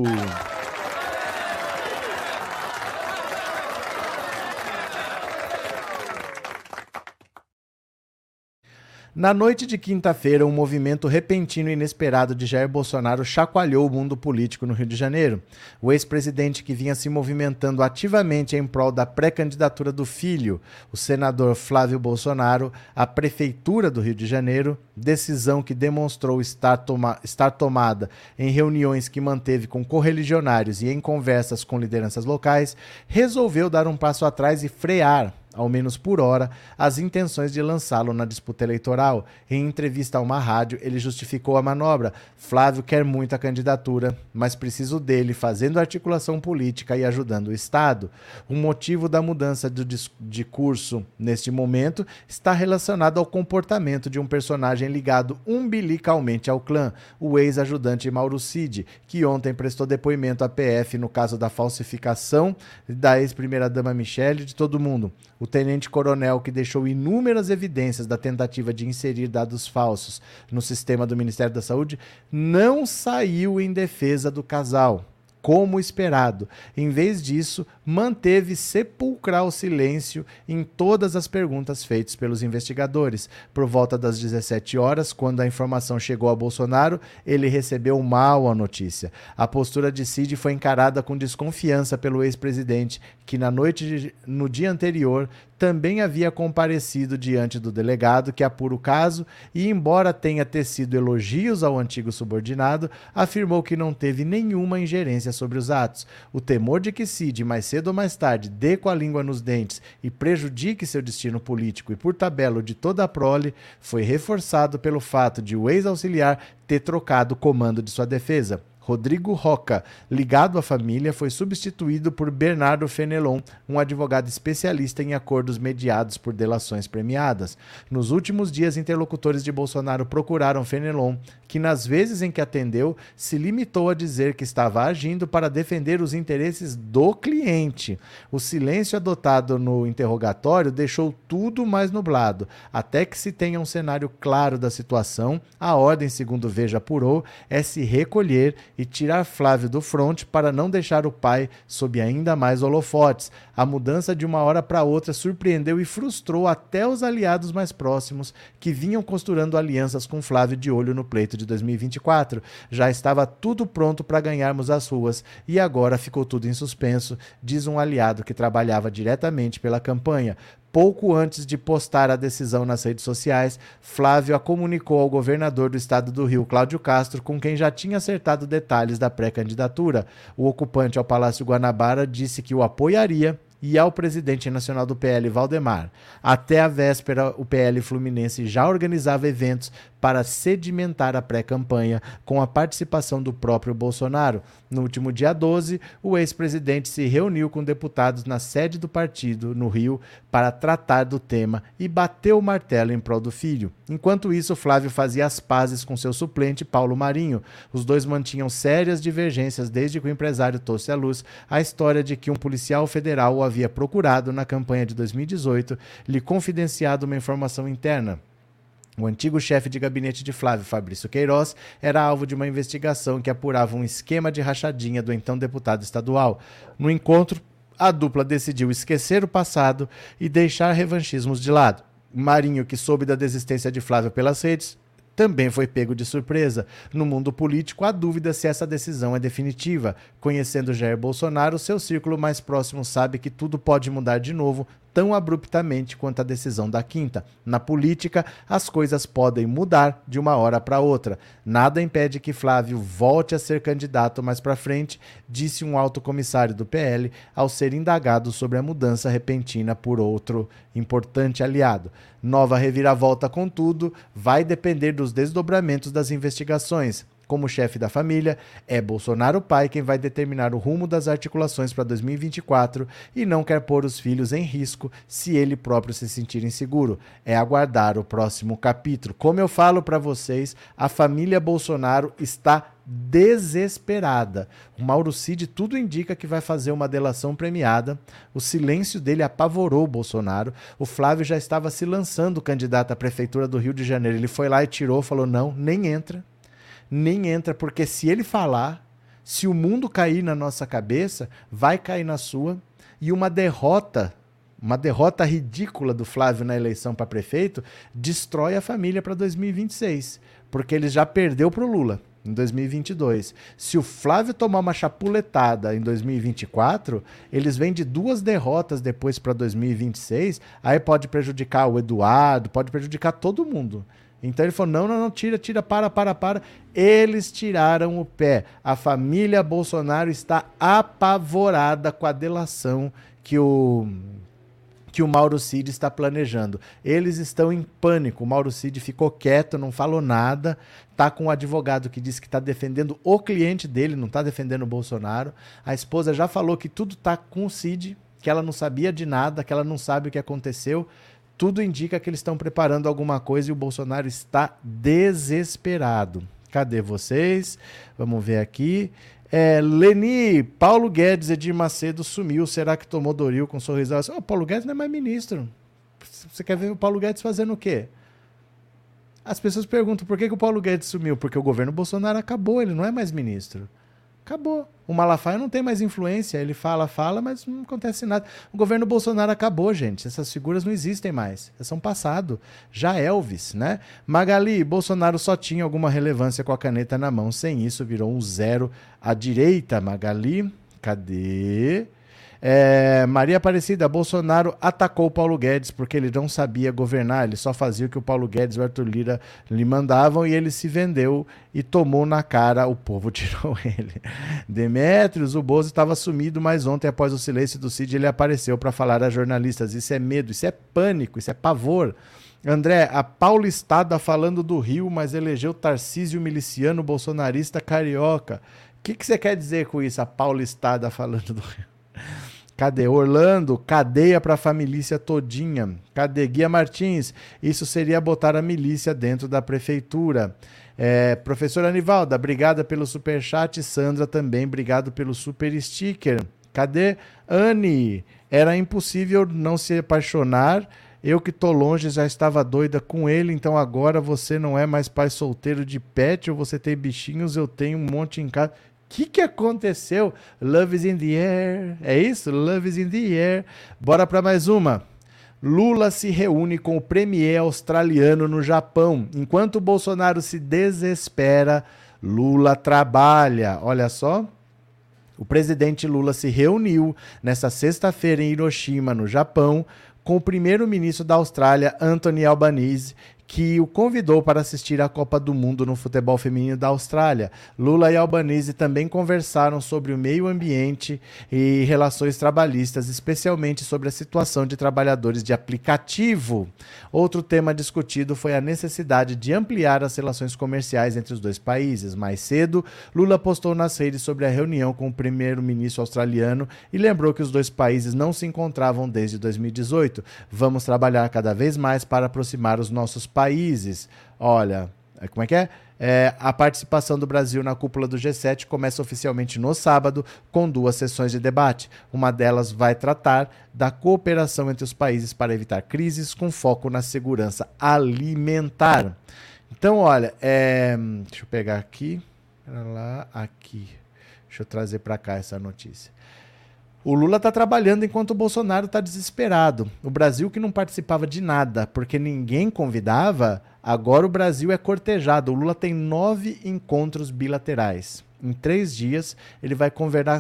Na noite de quinta-feira, um movimento repentino e inesperado de Jair Bolsonaro chacoalhou o mundo político no Rio de Janeiro. O ex-presidente, que vinha se movimentando ativamente em prol da pré-candidatura do filho, o senador Flávio Bolsonaro, à prefeitura do Rio de Janeiro, decisão que demonstrou estar tomada em reuniões que manteve com correligionários e em conversas com lideranças locais, resolveu dar um passo atrás e frear, ao menos por hora, as intenções de lançá-lo na disputa eleitoral. Em entrevista a uma rádio, ele justificou a manobra. Flávio quer muito a candidatura, mas preciso dele fazendo articulação política e ajudando o Estado. O motivo da mudança de curso neste momento está relacionado ao comportamento de um personagem ligado umbilicalmente ao clã, o ex-ajudante Mauro Cid, que ontem prestou depoimento à PF no caso da falsificação da ex-primeira-dama Michele e de todo mundo. O tenente-coronel, que deixou inúmeras evidências da tentativa de inserir dados falsos no sistema do Ministério da Saúde, não saiu em defesa do casal, como esperado. Em vez disso, manteve sepulcral silêncio em todas as perguntas feitas pelos investigadores. Por volta das 17 horas, quando a informação chegou a Bolsonaro, ele recebeu mal a notícia. A postura de Cid foi encarada com desconfiança pelo ex-presidente, que no dia anterior também havia comparecido diante do delegado que apura o caso e, embora tenha tecido elogios ao antigo subordinado, afirmou que não teve nenhuma ingerência sobre os atos. O temor de que Cid, mais cedo ou mais tarde, dê com a língua nos dentes e prejudique seu destino político e, por tabela, o de toda a prole, foi reforçado pelo fato de o ex-auxiliar ter trocado o comando de sua defesa. Rodrigo Roca, ligado à família, foi substituído por Bernardo Fenelon, um advogado especialista em acordos mediados por delações premiadas. Nos últimos dias, interlocutores de Bolsonaro procuraram Fenelon, que nas vezes em que atendeu, se limitou a dizer que estava agindo para defender os interesses do cliente. O silêncio adotado no interrogatório deixou tudo mais nublado. Até que se tenha um cenário claro da situação, a ordem, segundo o Veja apurou, é se recolher e tirar Flávio do fronte para não deixar o pai sob ainda mais holofotes. A mudança de uma hora para outra surpreendeu e frustrou até os aliados mais próximos, que vinham costurando alianças com Flávio de olho no pleito de 2024. Já estava tudo pronto para ganharmos as ruas e agora ficou tudo em suspenso, diz um aliado que trabalhava diretamente pela campanha. Pouco antes de postar a decisão nas redes sociais, Flávio a comunicou ao governador do estado do Rio, Cláudio Castro, com quem já tinha acertado detalhes da pré-candidatura. O ocupante ao Palácio Guanabara disse que o apoiaria e ao presidente nacional do PL, Valdemar. Até a véspera, o PL Fluminense já organizava eventos para sedimentar a pré-campanha com a participação do próprio Bolsonaro. No último dia 12, o ex-presidente se reuniu com deputados na sede do partido, no Rio, para tratar do tema e bateu o martelo em prol do filho. Enquanto isso, Flávio fazia as pazes com seu suplente, Paulo Marinho. Os dois mantinham sérias divergências desde que o empresário trouxe à luz a história de que um policial federal o havia procurado na campanha de 2018, lhe confidenciado uma informação interna. O antigo chefe de gabinete de Flávio, Fabrício Queiroz, era alvo de uma investigação que apurava um esquema de rachadinha do então deputado estadual. No encontro, a dupla decidiu esquecer o passado e deixar revanchismos de lado. Marinho, que soube da desistência de Flávio pelas redes, também foi pego de surpresa. No mundo político, há dúvida se essa decisão é definitiva. Conhecendo Jair Bolsonaro, seu círculo mais próximo sabe que tudo pode mudar de novo tão abruptamente quanto a decisão da quinta. Na política, as coisas podem mudar de uma hora para outra. Nada impede que Flávio volte a ser candidato mais para frente, disse um alto comissário do PL ao ser indagado sobre a mudança repentina por outro importante aliado. Nova reviravolta, contudo, vai depender dos desdobramentos das investigações. Como chefe da família, é Bolsonaro pai quem vai determinar o rumo das articulações para 2024 e não quer pôr os filhos em risco se ele próprio se sentir inseguro. É aguardar o próximo capítulo. Como eu falo para vocês, a família Bolsonaro está desesperada. O Mauro Cid tudo indica que vai fazer uma delação premiada. O silêncio dele apavorou o Bolsonaro. O Flávio já estava se lançando candidato à prefeitura do Rio de Janeiro. Ele foi lá e tirou, falou não, nem entra, porque se ele falar, se o mundo cair na nossa cabeça, vai cair na sua, e uma derrota ridícula do Flávio na eleição para prefeito, destrói a família para 2026, porque ele já perdeu para o Lula em 2022. Se o Flávio tomar uma chapuletada em 2024, eles vêm de 2 derrotas depois para 2026, aí pode prejudicar o Eduardo, pode prejudicar todo mundo. Então ele falou, não, tira, para. Eles tiraram o pé. A família Bolsonaro está apavorada com a delação que o Mauro Cid está planejando. Eles estão em pânico. O Mauro Cid ficou quieto, não falou nada. Está com um advogado que disse que está defendendo o cliente dele, não está defendendo o Bolsonaro. A esposa já falou que tudo está com o Cid, que ela não sabia de nada, que ela não sabe o que aconteceu. Tudo indica que eles estão preparando alguma coisa e o Bolsonaro está desesperado. Cadê vocês? Vamos ver aqui. Leni, Paulo Guedes, Edir Macedo sumiu. Será que tomou Doril com sorriso? O Paulo Guedes não é mais ministro. Você quer ver o Paulo Guedes fazendo o quê? As pessoas perguntam por que o Paulo Guedes sumiu. Porque o governo Bolsonaro acabou, ele não é mais ministro. Acabou. O Malafaia não tem mais influência, ele fala, mas não acontece nada. O governo Bolsonaro acabou, gente. Essas figuras não existem mais. Elas são passado. Já Elvis, né? Magali, Bolsonaro só tinha alguma relevância com a caneta na mão. Sem isso, virou um 0 à direita. Magali, cadê? Maria Aparecida, Bolsonaro atacou o Paulo Guedes porque ele não sabia governar, ele só fazia o que o Paulo Guedes e o Arthur Lira lhe mandavam e ele se vendeu e tomou na cara, o povo tirou ele. Demétrios, o Bozo estava sumido, mas ontem após o silêncio do Cid ele apareceu para falar a jornalistas, isso é medo, isso é pânico, isso é pavor. André, a paulistada falando do Rio, mas elegeu Tarcísio miliciano bolsonarista carioca. que você quer dizer com isso, a paulistada falando do Rio? Cadê? Orlando, cadeia para a milícia todinha. Cadê? Guia Martins, isso seria botar a milícia dentro da prefeitura. Professora Anivalda, obrigada pelo superchat. Sandra também, obrigado pelo super sticker. Cadê? Anne, era impossível não se apaixonar. Eu que tô longe já estava doida com ele, então agora você não é mais pai solteiro de pet, ou você tem bichinhos, eu tenho um monte em casa. O que aconteceu? Love is in the air. É isso? Love is in the air. Bora para mais uma. Lula se reúne com o premier australiano no Japão. Enquanto Bolsonaro se desespera, Lula trabalha. Olha só. O presidente Lula se reuniu nesta sexta-feira em Hiroshima, no Japão, com o primeiro-ministro da Austrália, Anthony Albanese, que o convidou para assistir à Copa do Mundo no futebol feminino da Austrália. Lula e Albanese também conversaram sobre o meio ambiente e relações trabalhistas, especialmente sobre a situação de trabalhadores de aplicativo. Outro tema discutido foi a necessidade de ampliar as relações comerciais entre os dois países. Mais cedo, Lula postou nas redes sobre a reunião com o primeiro-ministro australiano e lembrou que os dois países não se encontravam desde 2018. Vamos trabalhar cada vez mais para aproximar os nossos países. Olha, como é que é? A participação do Brasil na cúpula do G7 começa oficialmente no sábado, com 2 sessões de debate. Uma delas vai tratar da cooperação entre os países para evitar crises, com foco na segurança alimentar. Então, olha, deixa eu pegar aqui, aqui. Deixa eu trazer para cá essa notícia. O Lula está trabalhando enquanto o Bolsonaro está desesperado. O Brasil que não participava de nada, porque ninguém convidava, agora o Brasil é cortejado. O Lula tem 9 encontros bilaterais. Em 3 dias, ele vai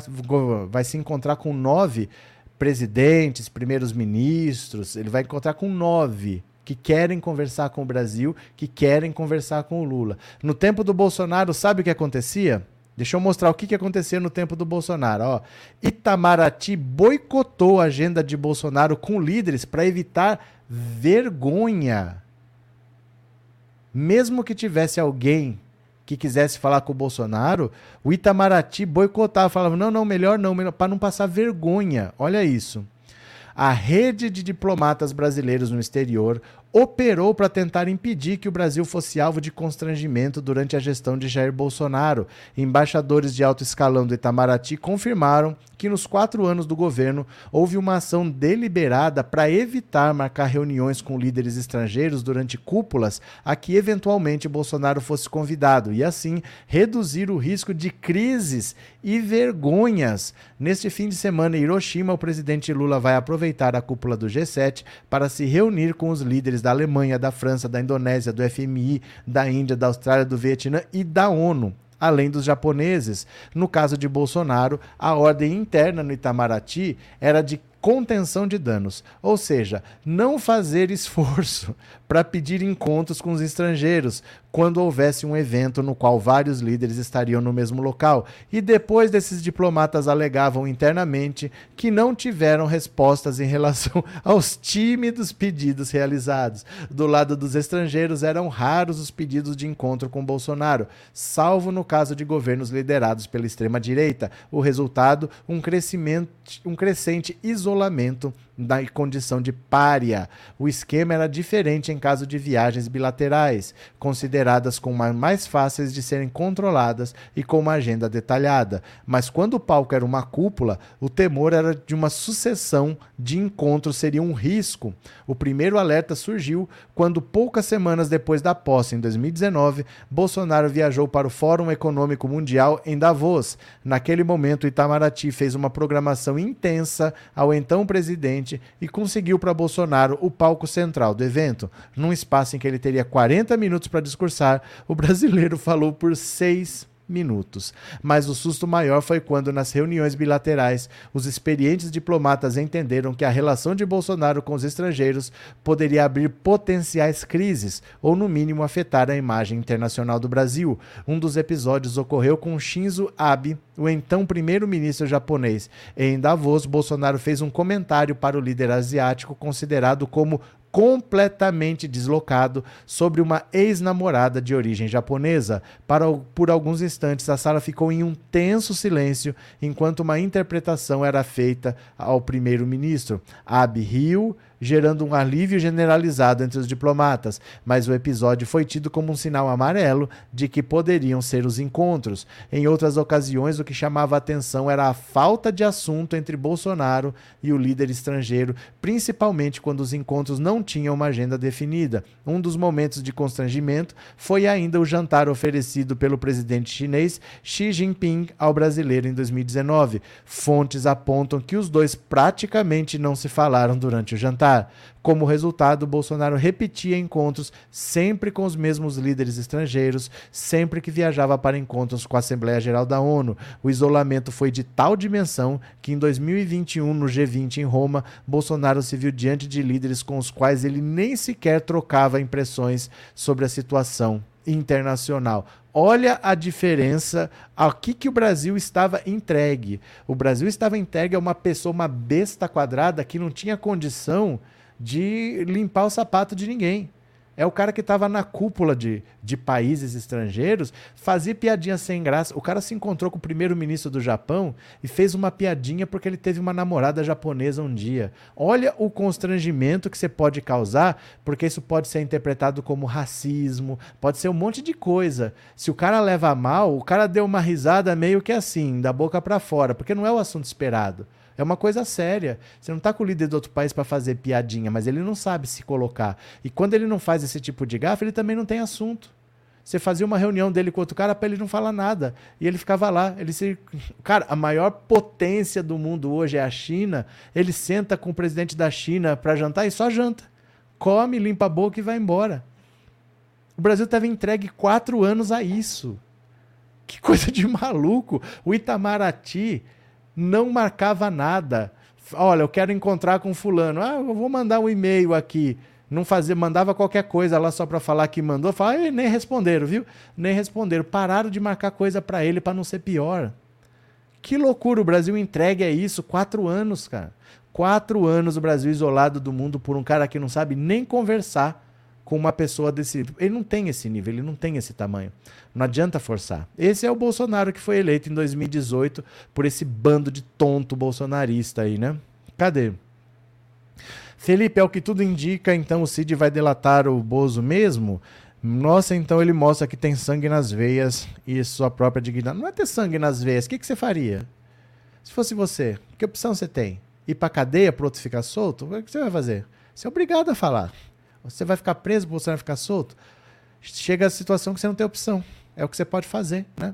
se encontrar com 9 presidentes, primeiros ministros. Ele vai encontrar com 9 que querem conversar com o Brasil, que querem conversar com o Lula. No tempo do Bolsonaro, sabe o que acontecia? Deixa eu mostrar o que acontecia no tempo do Bolsonaro. Ó, Itamaraty boicotou a agenda de Bolsonaro com líderes para evitar vergonha. Mesmo que tivesse alguém que quisesse falar com o Bolsonaro, o Itamaraty boicotava, falava, não, melhor não, para não passar vergonha. Olha isso. A rede de diplomatas brasileiros no exterior operou para tentar impedir que o Brasil fosse alvo de constrangimento durante a gestão de Jair Bolsonaro. Embaixadores de alto escalão do Itamaraty confirmaram que nos 4 anos do governo houve uma ação deliberada para evitar marcar reuniões com líderes estrangeiros durante cúpulas a que eventualmente Bolsonaro fosse convidado e assim reduzir o risco de crises e vergonhas. Neste fim de semana em Hiroshima, o presidente Lula vai aproveitar a cúpula do G7 para se reunir com os líderes da Alemanha, da França, da Indonésia, do FMI, da Índia, da Austrália, do Vietnã e da ONU, além dos japoneses. No caso de Bolsonaro, a ordem interna no Itamaraty era de contenção de danos, ou seja, não fazer esforço para pedir encontros com os estrangeiros quando houvesse um evento no qual vários líderes estariam no mesmo local. E depois desses diplomatas alegavam internamente que não tiveram respostas em relação aos tímidos pedidos realizados. Do lado dos estrangeiros, eram raros os pedidos de encontro com Bolsonaro, salvo no caso de governos liderados pela extrema-direita. O resultado, um crescente isolamento da condição de pária. O esquema era diferente em caso de viagens bilaterais, consideradas como mais fáceis de serem controladas e com uma agenda detalhada. Mas quando o palco era uma cúpula, o temor era de uma sucessão de encontros seria um risco. O primeiro alerta surgiu quando, poucas semanas depois da posse, em 2019, Bolsonaro viajou para o Fórum Econômico Mundial em Davos. Naquele momento, o Itamaraty fez uma programação intensa ao então presidente e conseguiu para Bolsonaro o palco central do evento. Num espaço em que ele teria 40 minutos para discursar, o brasileiro falou por 6 minutos. Mas o susto maior foi quando, nas reuniões bilaterais, os experientes diplomatas entenderam que a relação de Bolsonaro com os estrangeiros poderia abrir potenciais crises, ou no mínimo afetar a imagem internacional do Brasil. Um dos episódios ocorreu com Shinzo Abe, o então primeiro-ministro japonês. Em Davos, Bolsonaro fez um comentário para o líder asiático considerado como completamente deslocado sobre uma ex-namorada de origem japonesa. Por alguns instantes, a sala ficou em um tenso silêncio enquanto uma interpretação era feita ao primeiro-ministro. Abe riu, gerando um alívio generalizado entre os diplomatas, mas o episódio foi tido como um sinal amarelo de que poderiam ser os encontros. Em outras ocasiões, o que chamava a atenção era a falta de assunto entre Bolsonaro e o líder estrangeiro, principalmente quando os encontros não tinham uma agenda definida. Um dos momentos de constrangimento foi ainda o jantar oferecido pelo presidente chinês Xi Jinping ao brasileiro em 2019. Fontes apontam que os dois praticamente não se falaram durante o jantar. Como resultado, Bolsonaro repetia encontros sempre com os mesmos líderes estrangeiros, sempre que viajava para encontros com a Assembleia Geral da ONU. O isolamento foi de tal dimensão que em 2021, no G20 em Roma, Bolsonaro se viu diante de líderes com os quais ele nem sequer trocava impressões sobre a situação internacional. Olha a diferença ao que o Brasil estava entregue. O Brasil estava entregue a uma pessoa, uma besta quadrada que não tinha condição de limpar o sapato de ninguém. É o cara que estava na cúpula de países estrangeiros, fazia piadinha sem graça. O cara se encontrou com o primeiro-ministro do Japão e fez uma piadinha porque ele teve uma namorada japonesa um dia. Olha o constrangimento que você pode causar, porque isso pode ser interpretado como racismo, pode ser um monte de coisa. Se o cara leva a mal, o cara deu uma risada meio que assim, da boca para fora, porque não é o assunto esperado. É uma coisa séria. Você não está com o líder do outro país para fazer piadinha, mas ele não sabe se colocar. E quando ele não faz esse tipo de gafe, ele também não tem assunto. Você fazia uma reunião dele com outro cara para ele não falar nada. E ele ficava lá. Cara, a maior potência do mundo hoje é a China. Ele senta com o presidente da China para jantar e só janta. Come, limpa a boca e vai embora. O Brasil estava entregue 4 anos a isso. Que coisa de maluco. O Itamaraty não marcava nada. Olha, eu quero encontrar com fulano. Eu vou mandar um e-mail aqui. Não mandava qualquer coisa lá só para falar que mandou. Nem responderam, viu? Nem responderam. Pararam de marcar coisa para ele para não ser pior. Que loucura, o Brasil entregue a isso. 4 anos, cara. 4 anos o Brasil isolado do mundo por um cara que não sabe nem conversar com uma pessoa desse... Ele não tem esse nível, ele não tem esse tamanho. Não adianta forçar. Esse é o Bolsonaro que foi eleito em 2018 por esse bando de tonto bolsonarista aí, né? Cadê? Felipe, é o que tudo indica, então o Cid vai delatar o Bozo mesmo? Nossa, então ele mostra que tem sangue nas veias e sua própria dignidade. Não é ter sangue nas veias, o que você faria? Se fosse você, que opção você tem? Ir pra cadeia pro outro ficar solto? O que você vai fazer? Você é obrigado a falar. Você vai ficar preso, o Bolsonaro vai ficar solto? Chega a situação que você não tem opção. É o que você pode fazer, né?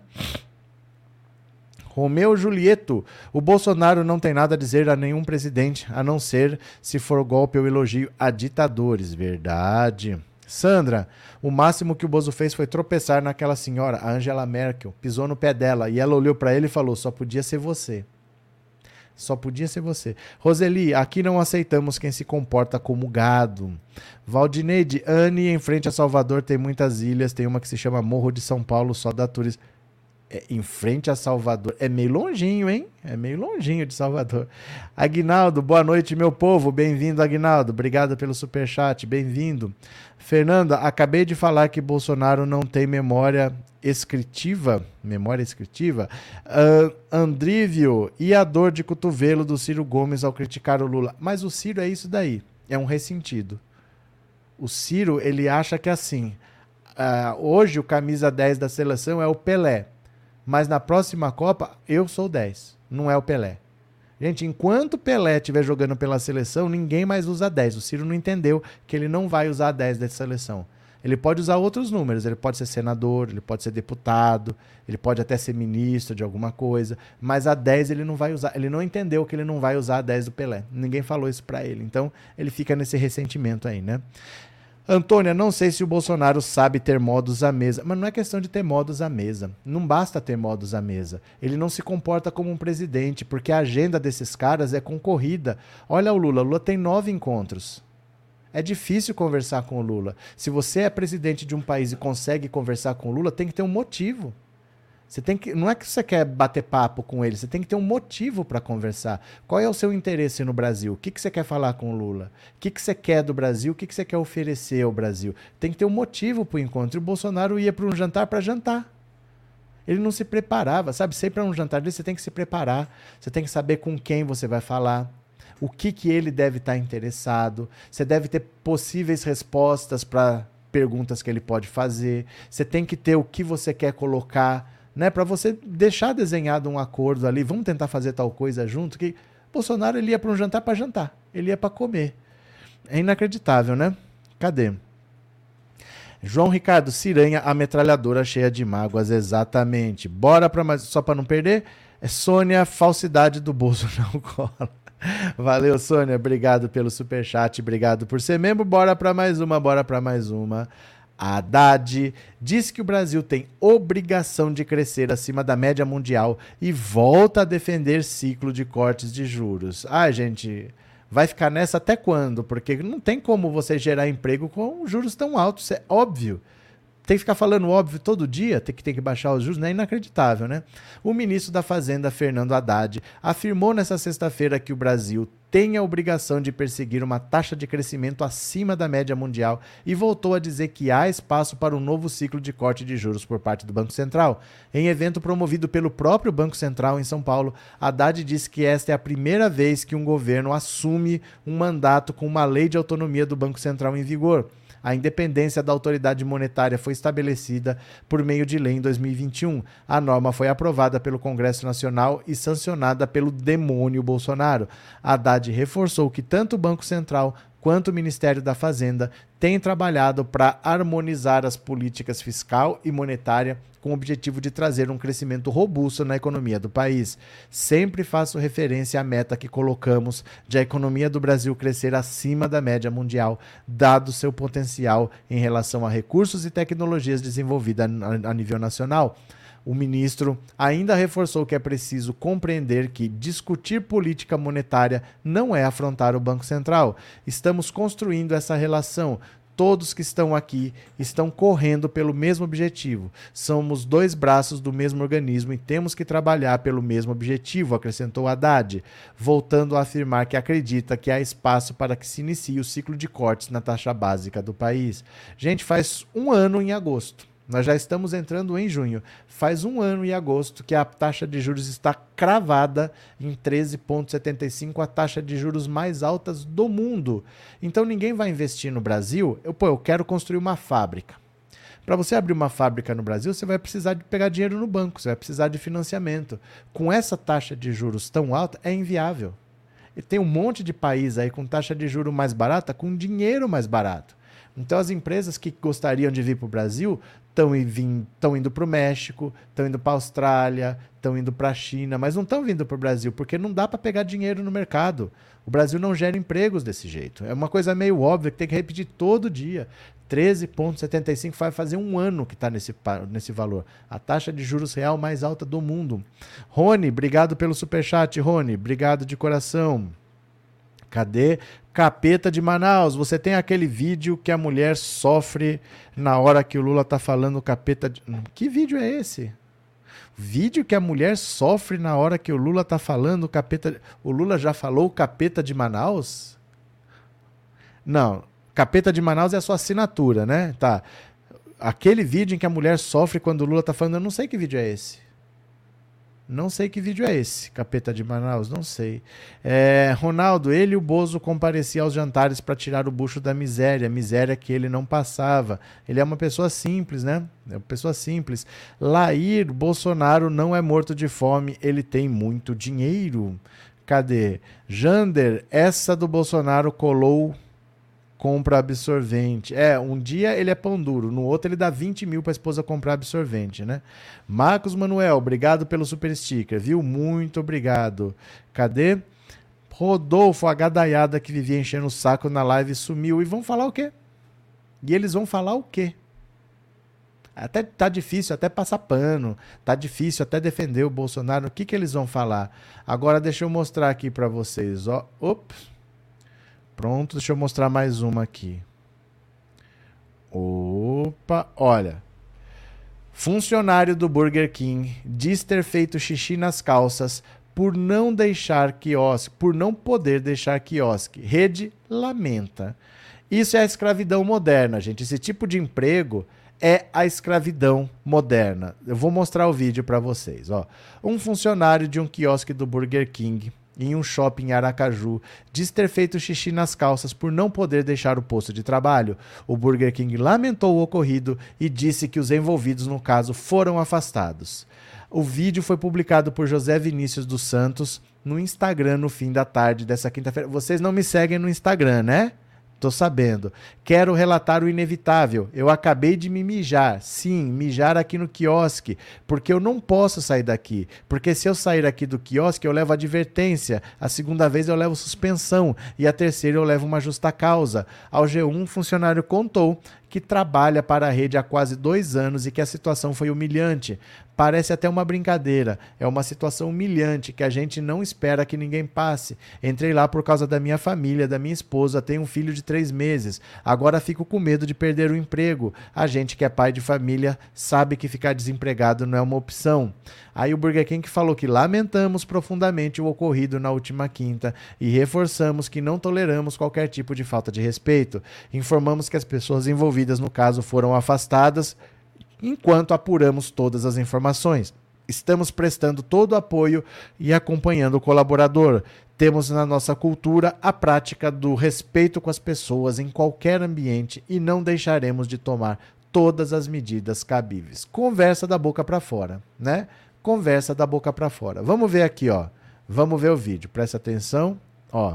Romeu Julieto. O Bolsonaro não tem nada a dizer a nenhum presidente, a não ser se for golpe ou elogio a ditadores. Verdade. Sandra, o máximo que o Bozo fez foi tropeçar naquela senhora, a Angela Merkel. Pisou no pé dela e ela olhou para ele e falou, só podia ser você. Só podia ser você. Roseli, aqui não aceitamos quem se comporta como gado. Valdineide, Anne, em frente a Salvador tem muitas ilhas, tem uma que se chama Morro de São Paulo, só dá turismo. Em frente a Salvador. É meio longinho, hein? É meio longinho de Salvador. Aguinaldo, boa noite, meu povo. Bem-vindo, Aguinaldo. Obrigado pelo superchat. Bem-vindo. Fernanda, acabei de falar que Bolsonaro não tem memória escritiva. Memória escritiva? Andrívio, e a dor de cotovelo do Ciro Gomes ao criticar o Lula? Mas o Ciro é isso daí. É um ressentido. O Ciro, ele acha que assim... hoje o camisa 10 da seleção é o Pelé. Mas na próxima Copa, eu sou 10. Não é o Pelé. Gente, enquanto o Pelé estiver jogando pela seleção, ninguém mais usa 10. O Ciro não entendeu que ele não vai usar 10 da seleção. Ele pode usar outros números. Ele pode ser senador, ele pode ser deputado, ele pode até ser ministro de alguma coisa. Mas a 10 ele não vai usar. Ele não entendeu que ele não vai usar a 10 do Pelé. Ninguém falou isso pra ele. Então, ele fica nesse ressentimento aí, né? Antônia, não sei se o Bolsonaro sabe ter modos à mesa, mas não é questão de ter modos à mesa. Não basta ter modos à mesa. Ele não se comporta como um presidente, porque a agenda desses caras é concorrida. Olha o Lula. O Lula tem 9 encontros. É difícil conversar com o Lula. Se você é presidente de um país e consegue conversar com o Lula, tem que ter um motivo. Você tem que, não é que você quer bater papo com ele, você tem que ter um motivo para conversar. Qual é o seu interesse no Brasil? O que você quer falar com o Lula? O que você quer do Brasil? O que você quer oferecer ao Brasil? Tem que ter um motivo para o encontro. E o Bolsonaro ia para um jantar para jantar. Ele não se preparava, sabe? Sempre para um jantar desse você tem que se preparar. Você tem que saber com quem você vai falar. O que ele deve estar interessado. Você deve ter possíveis respostas para perguntas que ele pode fazer. Você tem que ter o que você quer colocar, né, para você deixar desenhado um acordo ali, vamos tentar fazer tal coisa junto, que Bolsonaro ele ia para um jantar para jantar, ele ia para comer. É inacreditável, né? Cadê? João Ricardo, Ciranha, a metralhadora cheia de mágoas, exatamente. Bora para mais, só para não perder, é Sônia, falsidade do Bolso não cola. Valeu, Sônia, obrigado pelo superchat, obrigado por ser membro, bora para mais uma. A Haddad diz que o Brasil tem obrigação de crescer acima da média mundial e volta a defender ciclo de cortes de juros. Ah, gente, vai ficar nessa até quando? Porque não tem como você gerar emprego com juros tão altos, isso é óbvio. Tem que ficar falando óbvio todo dia, tem que baixar os juros, né? Inacreditável, né? O ministro da Fazenda, Fernando Haddad, afirmou nesta sexta-feira que o Brasil tem a obrigação de perseguir uma taxa de crescimento acima da média mundial e voltou a dizer que há espaço para um novo ciclo de corte de juros por parte do Banco Central. Em evento promovido pelo próprio Banco Central em São Paulo, Haddad disse que esta é a primeira vez que um governo assume um mandato com uma lei de autonomia do Banco Central em vigor. A independência da autoridade monetária foi estabelecida por meio de lei em 2021. A norma foi aprovada pelo Congresso Nacional e sancionada pelo demônio Bolsonaro. Haddad reforçou que tanto o Banco Central quanto o Ministério da Fazenda têm trabalhado para harmonizar as políticas fiscal e monetária com o objetivo de trazer um crescimento robusto na economia do país. Sempre faço referência à meta que colocamos de a economia do Brasil crescer acima da média mundial, dado seu potencial em relação a recursos e tecnologias desenvolvidas a nível nacional. O ministro ainda reforçou que é preciso compreender que discutir política monetária não é afrontar o Banco Central. Estamos construindo essa relação. Todos que estão aqui estão correndo pelo mesmo objetivo. Somos dois braços do mesmo organismo e temos que trabalhar pelo mesmo objetivo, acrescentou Haddad, voltando a afirmar que acredita que há espaço para que se inicie o ciclo de cortes na taxa básica do país. Gente, faz um ano em agosto. Nós já estamos entrando em junho. Faz um ano e agosto que a taxa de juros está cravada em 13,75, a taxa de juros mais altas do mundo. Então ninguém vai investir no Brasil. Eu quero construir uma fábrica. Para você abrir uma fábrica no Brasil, você vai precisar de pegar dinheiro no banco, você vai precisar de financiamento. Com essa taxa de juros tão alta, é inviável. E tem um monte de país aí com taxa de juros mais barata, com dinheiro mais barato. Então as empresas que gostariam de vir para o Brasil estão indo para o México, estão indo para a Austrália, estão indo para a China, mas não estão vindo para o Brasil, porque não dá para pegar dinheiro no mercado. O Brasil não gera empregos desse jeito. É uma coisa meio óbvia que tem que repetir todo dia. 13,75 vai fazer um ano que está nesse valor. A taxa de juros real mais alta do mundo. Rony, obrigado pelo superchat, Rony. Obrigado de coração. Cadê? Capeta de Manaus, você tem aquele vídeo que a mulher sofre na hora que o Lula tá falando capeta de... Que vídeo é esse? Vídeo que a mulher sofre na hora que o Lula tá falando capeta... O Lula já falou capeta de Manaus? Não, capeta de Manaus é a sua assinatura, né? Tá. Aquele vídeo em que a mulher sofre quando o Lula tá falando, eu não sei que vídeo é esse. Não sei que vídeo é esse, capeta de Manaus, não sei. Ronaldo, ele e o Bozo compareciam aos jantares para tirar o bucho da miséria que ele não passava. Ele é uma pessoa simples, né? É uma pessoa simples. Lair Bolsonaro não é morto de fome, ele tem muito dinheiro. Cadê? Jander, essa do Bolsonaro colou... compra absorvente. Um dia ele é pão duro, no outro ele dá 20 mil para a esposa comprar absorvente, né? Marcos Manuel, obrigado pelo super sticker, viu? Muito obrigado. Cadê? Rodolfo, a gadaiada que vivia enchendo o saco na live sumiu. E vão falar o quê? E eles vão falar o quê? Até tá difícil até passar pano, tá difícil até defender o Bolsonaro. O que eles vão falar? Agora deixa eu mostrar aqui para vocês, ó. Ops. Pronto, deixa eu mostrar mais uma aqui. Opa, olha. Funcionário do Burger King diz ter feito xixi nas calças por não poder deixar quiosque. Rede lamenta. Isso é a escravidão moderna, gente. Esse tipo de emprego é a escravidão moderna. Eu vou mostrar o vídeo para vocês. Ó. Um funcionário de um quiosque do Burger King em um shopping em Aracaju diz ter feito xixi nas calças por não poder deixar o posto de trabalho. O Burger King lamentou o ocorrido e disse que os envolvidos no caso foram afastados. O vídeo foi publicado por José Vinícius dos Santos no Instagram no fim da tarde dessa quinta-feira. Vocês não me seguem no Instagram, né? Tô sabendo. Quero relatar o inevitável. Eu acabei de me mijar. Sim, mijar aqui no quiosque. Porque eu não posso sair daqui. Porque se eu sair aqui do quiosque, eu levo advertência. A segunda vez eu levo suspensão. E a terceira eu levo uma justa causa. Ao G1, um funcionário contou que trabalha para a rede há quase 2 anos e que a situação foi humilhante. Parece até uma brincadeira. É uma situação humilhante que a gente não espera que ninguém passe. Entrei lá por causa da minha família, da minha esposa, tenho um filho de 3 meses. Agora fico com medo de perder o emprego. A gente que é pai de família sabe que ficar desempregado não é uma opção. Aí o Burger King falou que lamentamos profundamente o ocorrido na última quinta e reforçamos que não toleramos qualquer tipo de falta de respeito. Informamos que as pessoas envolvidas no caso foram afastadas enquanto apuramos todas as informações. Estamos prestando todo o apoio e acompanhando o colaborador. Temos na nossa cultura a prática do respeito com as pessoas em qualquer ambiente e não deixaremos de tomar todas as medidas cabíveis. Conversa da boca para fora, né? Conversa da boca para fora. Vamos ver aqui, ó. Vamos ver o vídeo. Presta atenção, ó.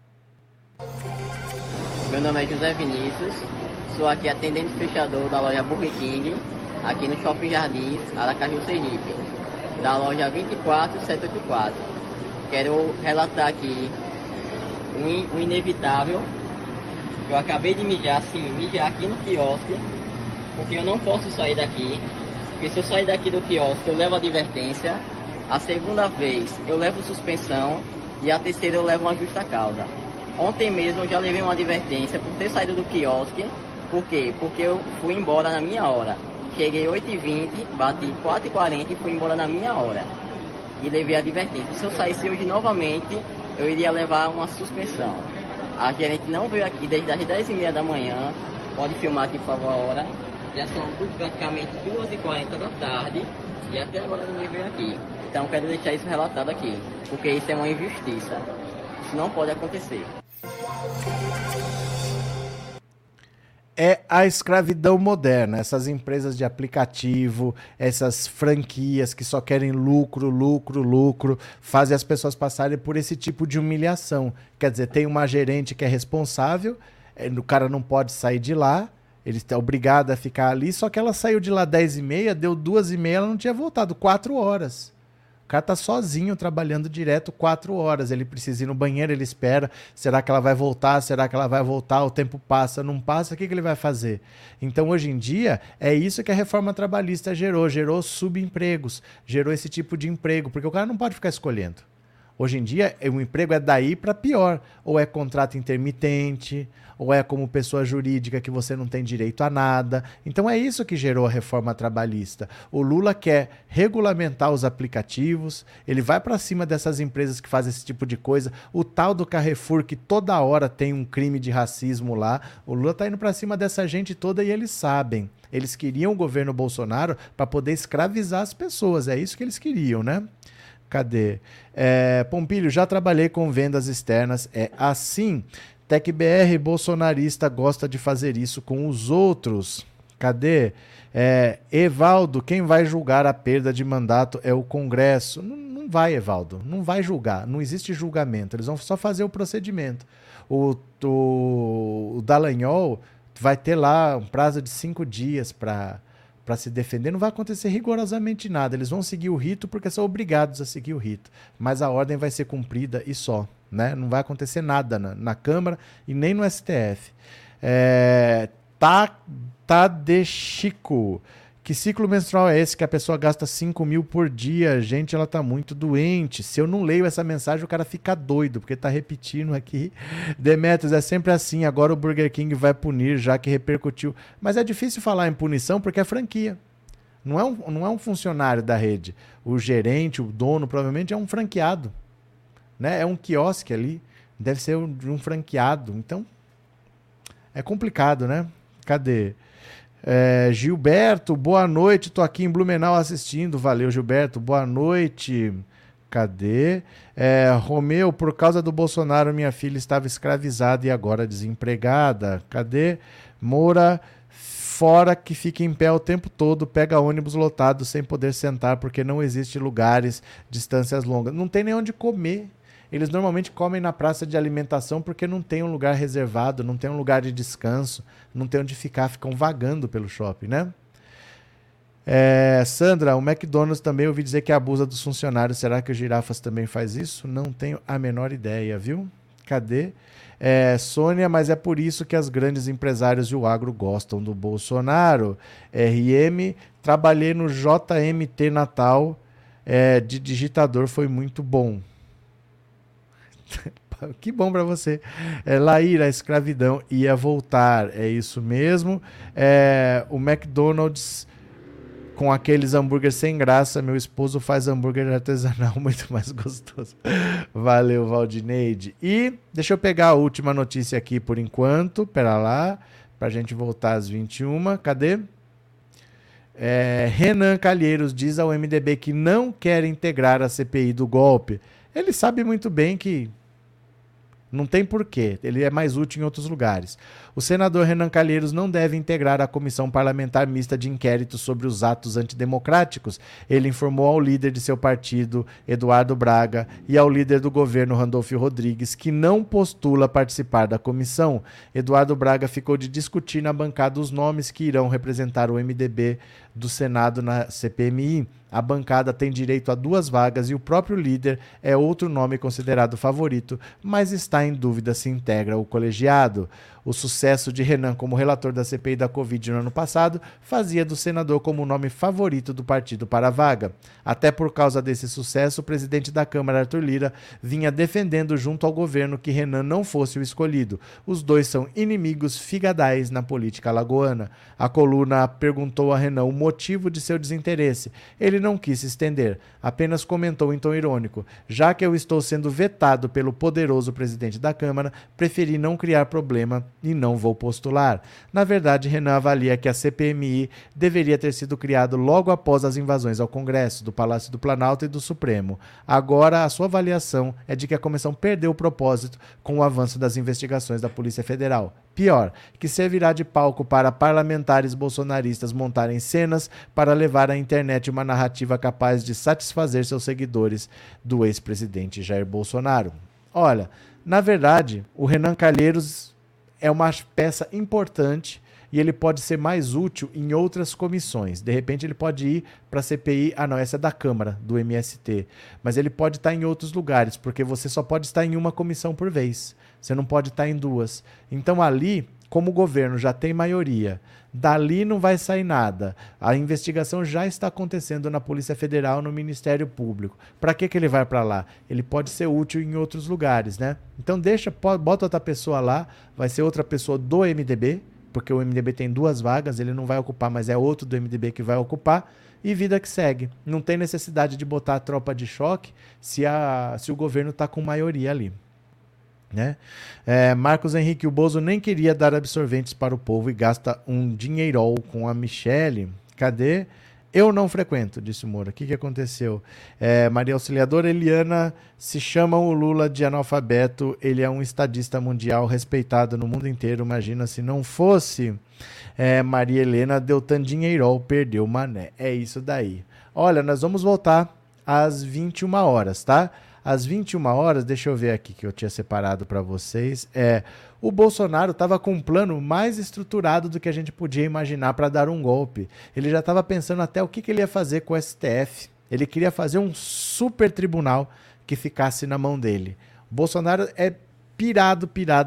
Meu nome é José Vinícius, sou aqui atendente fechador da loja Burger King, aqui no Shopping Jardins, Aracaju, Sergipe, da loja 24784. Quero relatar aqui um inevitável. Eu acabei de mijar aqui no quiosque, porque eu não posso sair daqui. Porque se eu sair daqui do quiosque, eu levo advertência. A segunda vez, eu levo suspensão. E a terceira, eu levo uma justa causa. Ontem mesmo, eu já levei uma advertência por ter saído do quiosque. Por quê? Porque eu fui embora na minha hora. Cheguei 8h20, bati 4h40 e fui embora na minha hora. E levei a advertência. Se eu saísse hoje novamente, eu iria levar uma suspensão. A gerente não veio aqui desde as 10h30 da manhã. Pode filmar aqui, por favor, a hora. Já são praticamente 2h40 da tarde e até agora ninguém veio aqui. Então quero deixar isso relatado aqui, porque isso é uma injustiça. Isso não pode acontecer. É a escravidão moderna, essas empresas de aplicativo, essas franquias que só querem lucro, fazem as pessoas passarem por esse tipo de humilhação. Quer dizer, tem uma gerente que é responsável, o cara não pode sair de lá, ele está obrigado a ficar ali, só que ela saiu de lá 10h30, deu 2h30, ela não tinha voltado, 4 horas. O cara tá sozinho, trabalhando direto 4 horas. Ele precisa ir no banheiro, ele espera. Será que ela vai voltar? Será que ela vai voltar? O tempo passa, não passa, o que ele vai fazer? Então, hoje em dia, é isso que a reforma trabalhista gerou. Gerou subempregos, gerou esse tipo de emprego, porque o cara não pode ficar escolhendo. Hoje em dia, o emprego é daí para pior. Ou é contrato intermitente, ou é como pessoa jurídica que você não tem direito a nada. Então é isso que gerou a reforma trabalhista. O Lula quer regulamentar os aplicativos, ele vai para cima dessas empresas que fazem esse tipo de coisa. O tal do Carrefour, que toda hora tem um crime de racismo lá, o Lula está indo para cima dessa gente toda e eles sabem. Eles queriam o governo Bolsonaro para poder escravizar as pessoas, é isso que eles queriam, né? Cadê? Pompilho, já trabalhei com vendas externas. É assim. TecBR bolsonarista gosta de fazer isso com os outros. Cadê? Evaldo, quem vai julgar a perda de mandato é o Congresso. Não vai, Evaldo. Não vai julgar. Não existe julgamento. Eles vão só fazer o procedimento. O Dallagnol vai ter lá um prazo de 5 dias para se defender, não vai acontecer rigorosamente nada. Eles vão seguir o rito porque são obrigados a seguir o rito. Mas a ordem vai ser cumprida e só. Né? Não vai acontecer nada na Câmara e nem no STF. Tadechico. Que ciclo menstrual é esse que a pessoa gasta 5 mil por dia? Gente, ela tá muito doente. Se eu não leio essa mensagem, o cara fica doido, porque tá repetindo aqui. Demetrios, é sempre assim. Agora o Burger King vai punir, já que repercutiu. Mas é difícil falar em punição porque é franquia. Não é um funcionário da rede. O gerente, o dono, provavelmente é um franqueado. Né? É um quiosque ali. Deve ser de um franqueado. Então, é complicado, né? Cadê? Gilberto, boa noite. Tô aqui em Blumenau assistindo. Valeu, Gilberto. Boa noite. Cadê? Romeu, por causa do Bolsonaro, minha filha estava escravizada e agora desempregada. Cadê? Moura, fora que fica em pé o tempo todo, pega ônibus lotado sem poder sentar porque não existe lugares, distâncias longas. Não tem nem onde comer. Eles normalmente comem na praça de alimentação porque não tem um lugar reservado, não tem um lugar de descanso, não tem onde ficar, ficam vagando pelo shopping, né? Sandra, o McDonald's também ouvi dizer que abusa dos funcionários. Será que o Girafas também faz isso? Não tenho a menor ideia, viu? Cadê? Sônia, mas é por isso que as grandes empresários e o agro gostam do Bolsonaro. RM, trabalhei no JMT Natal, de digitador, foi muito bom. Que bom pra você. Laíra, a escravidão ia voltar. É isso mesmo. O McDonald's com aqueles hambúrgueres sem graça, meu esposo faz hambúrguer artesanal muito mais gostoso. Valeu, Valdineide. E deixa eu pegar a última notícia aqui por enquanto. Pera lá, pra gente voltar às 21. Cadê? Renan Calheiros diz ao MDB que não quer integrar a CPI do golpe. Ele sabe muito bem que não tem porquê, ele é mais útil em outros lugares. O senador Renan Calheiros não deve integrar a comissão parlamentar mista de inquérito sobre os atos antidemocráticos. Ele informou ao líder de seu partido, Eduardo Braga, e ao líder do governo, Randolfo Rodrigues, que não postula participar da comissão. Eduardo Braga ficou de discutir na bancada os nomes que irão representar o MDB do Senado na CPMI. A bancada tem direito a 2 vagas e o próprio líder é outro nome considerado favorito, mas está em dúvida se integra o colegiado. O sucesso de Renan como relator da CPI da Covid no ano passado fazia do senador como o nome favorito do partido para a vaga. Até por causa desse sucesso, o presidente da Câmara, Arthur Lira, vinha defendendo junto ao governo que Renan não fosse o escolhido. Os dois são inimigos figadais na política alagoana. A coluna perguntou a Renan o motivo de seu desinteresse. Ele não quis se estender, apenas comentou em tom irônico: já que eu estou sendo vetado pelo poderoso presidente da Câmara, preferi não criar problema e não vou postular. Na verdade, Renan avalia que a CPMI deveria ter sido criada logo após as invasões ao Congresso, do Palácio do Planalto e do Supremo. Agora, a sua avaliação é de que a comissão perdeu o propósito com o avanço das investigações da Polícia Federal. Pior, que servirá de palco para parlamentares bolsonaristas montarem cenas para levar à internet uma narrativa capaz de satisfazer seus seguidores do ex-presidente Jair Bolsonaro. Olha, na verdade, o Renan Calheiros é uma peça importante e ele pode ser mais útil em outras comissões. De repente ele pode ir para a CPI, essa é da Câmara, do MST, mas ele pode estar em outros lugares, porque você só pode estar em uma comissão por vez, você não pode estar em 2. Então ali, como o governo já tem maioria, dali não vai sair nada. A investigação já está acontecendo na Polícia Federal, no Ministério Público. Para que ele vai para lá? Ele pode ser útil em outros lugares, né? Então bota outra pessoa lá, vai ser outra pessoa do MDB, porque o MDB tem 2 vagas, ele não vai ocupar, mas é outro do MDB que vai ocupar, e vida que segue. Não tem necessidade de botar a tropa de choque se o governo está com maioria ali. Né? Marcos Henrique, o Bozo nem queria dar absorventes para o povo e gasta um dinheirol com a Michele. Cadê? Eu não frequento, disse o Moura. O que aconteceu? Maria Auxiliadora, Eliana, se chamam o Lula de analfabeto, ele é um estadista mundial respeitado no mundo inteiro, imagina se não fosse. Maria Helena, Deltan dinheirol, perdeu mané. É isso daí. Olha, nós vamos voltar às 21 horas, tá? Às 21 horas, deixa eu ver aqui que eu tinha separado para vocês. O Bolsonaro estava com um plano mais estruturado do que a gente podia imaginar para dar um golpe. Ele já estava pensando até o que ele ia fazer com o STF. Ele queria fazer um super tribunal que ficasse na mão dele. O Bolsonaro é pirado.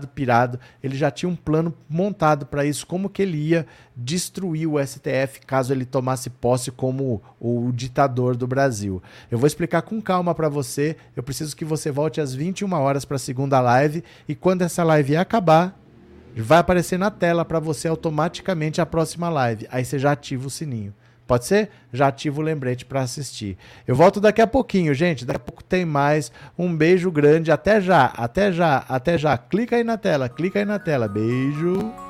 Ele já tinha um plano montado para isso, como que ele ia destruir o STF caso ele tomasse posse como o ditador do Brasil. Eu vou explicar com calma para você, eu preciso que você volte às 21 horas para a segunda live, e quando essa live acabar, vai aparecer na tela para você automaticamente a próxima live, aí você já ativa o sininho. Pode ser? Já ativa o lembrete para assistir. Eu volto daqui a pouquinho, gente. Daqui a pouco tem mais. Um beijo grande. Até já, até já, até já. Clica aí na tela, clica aí na tela. Beijo.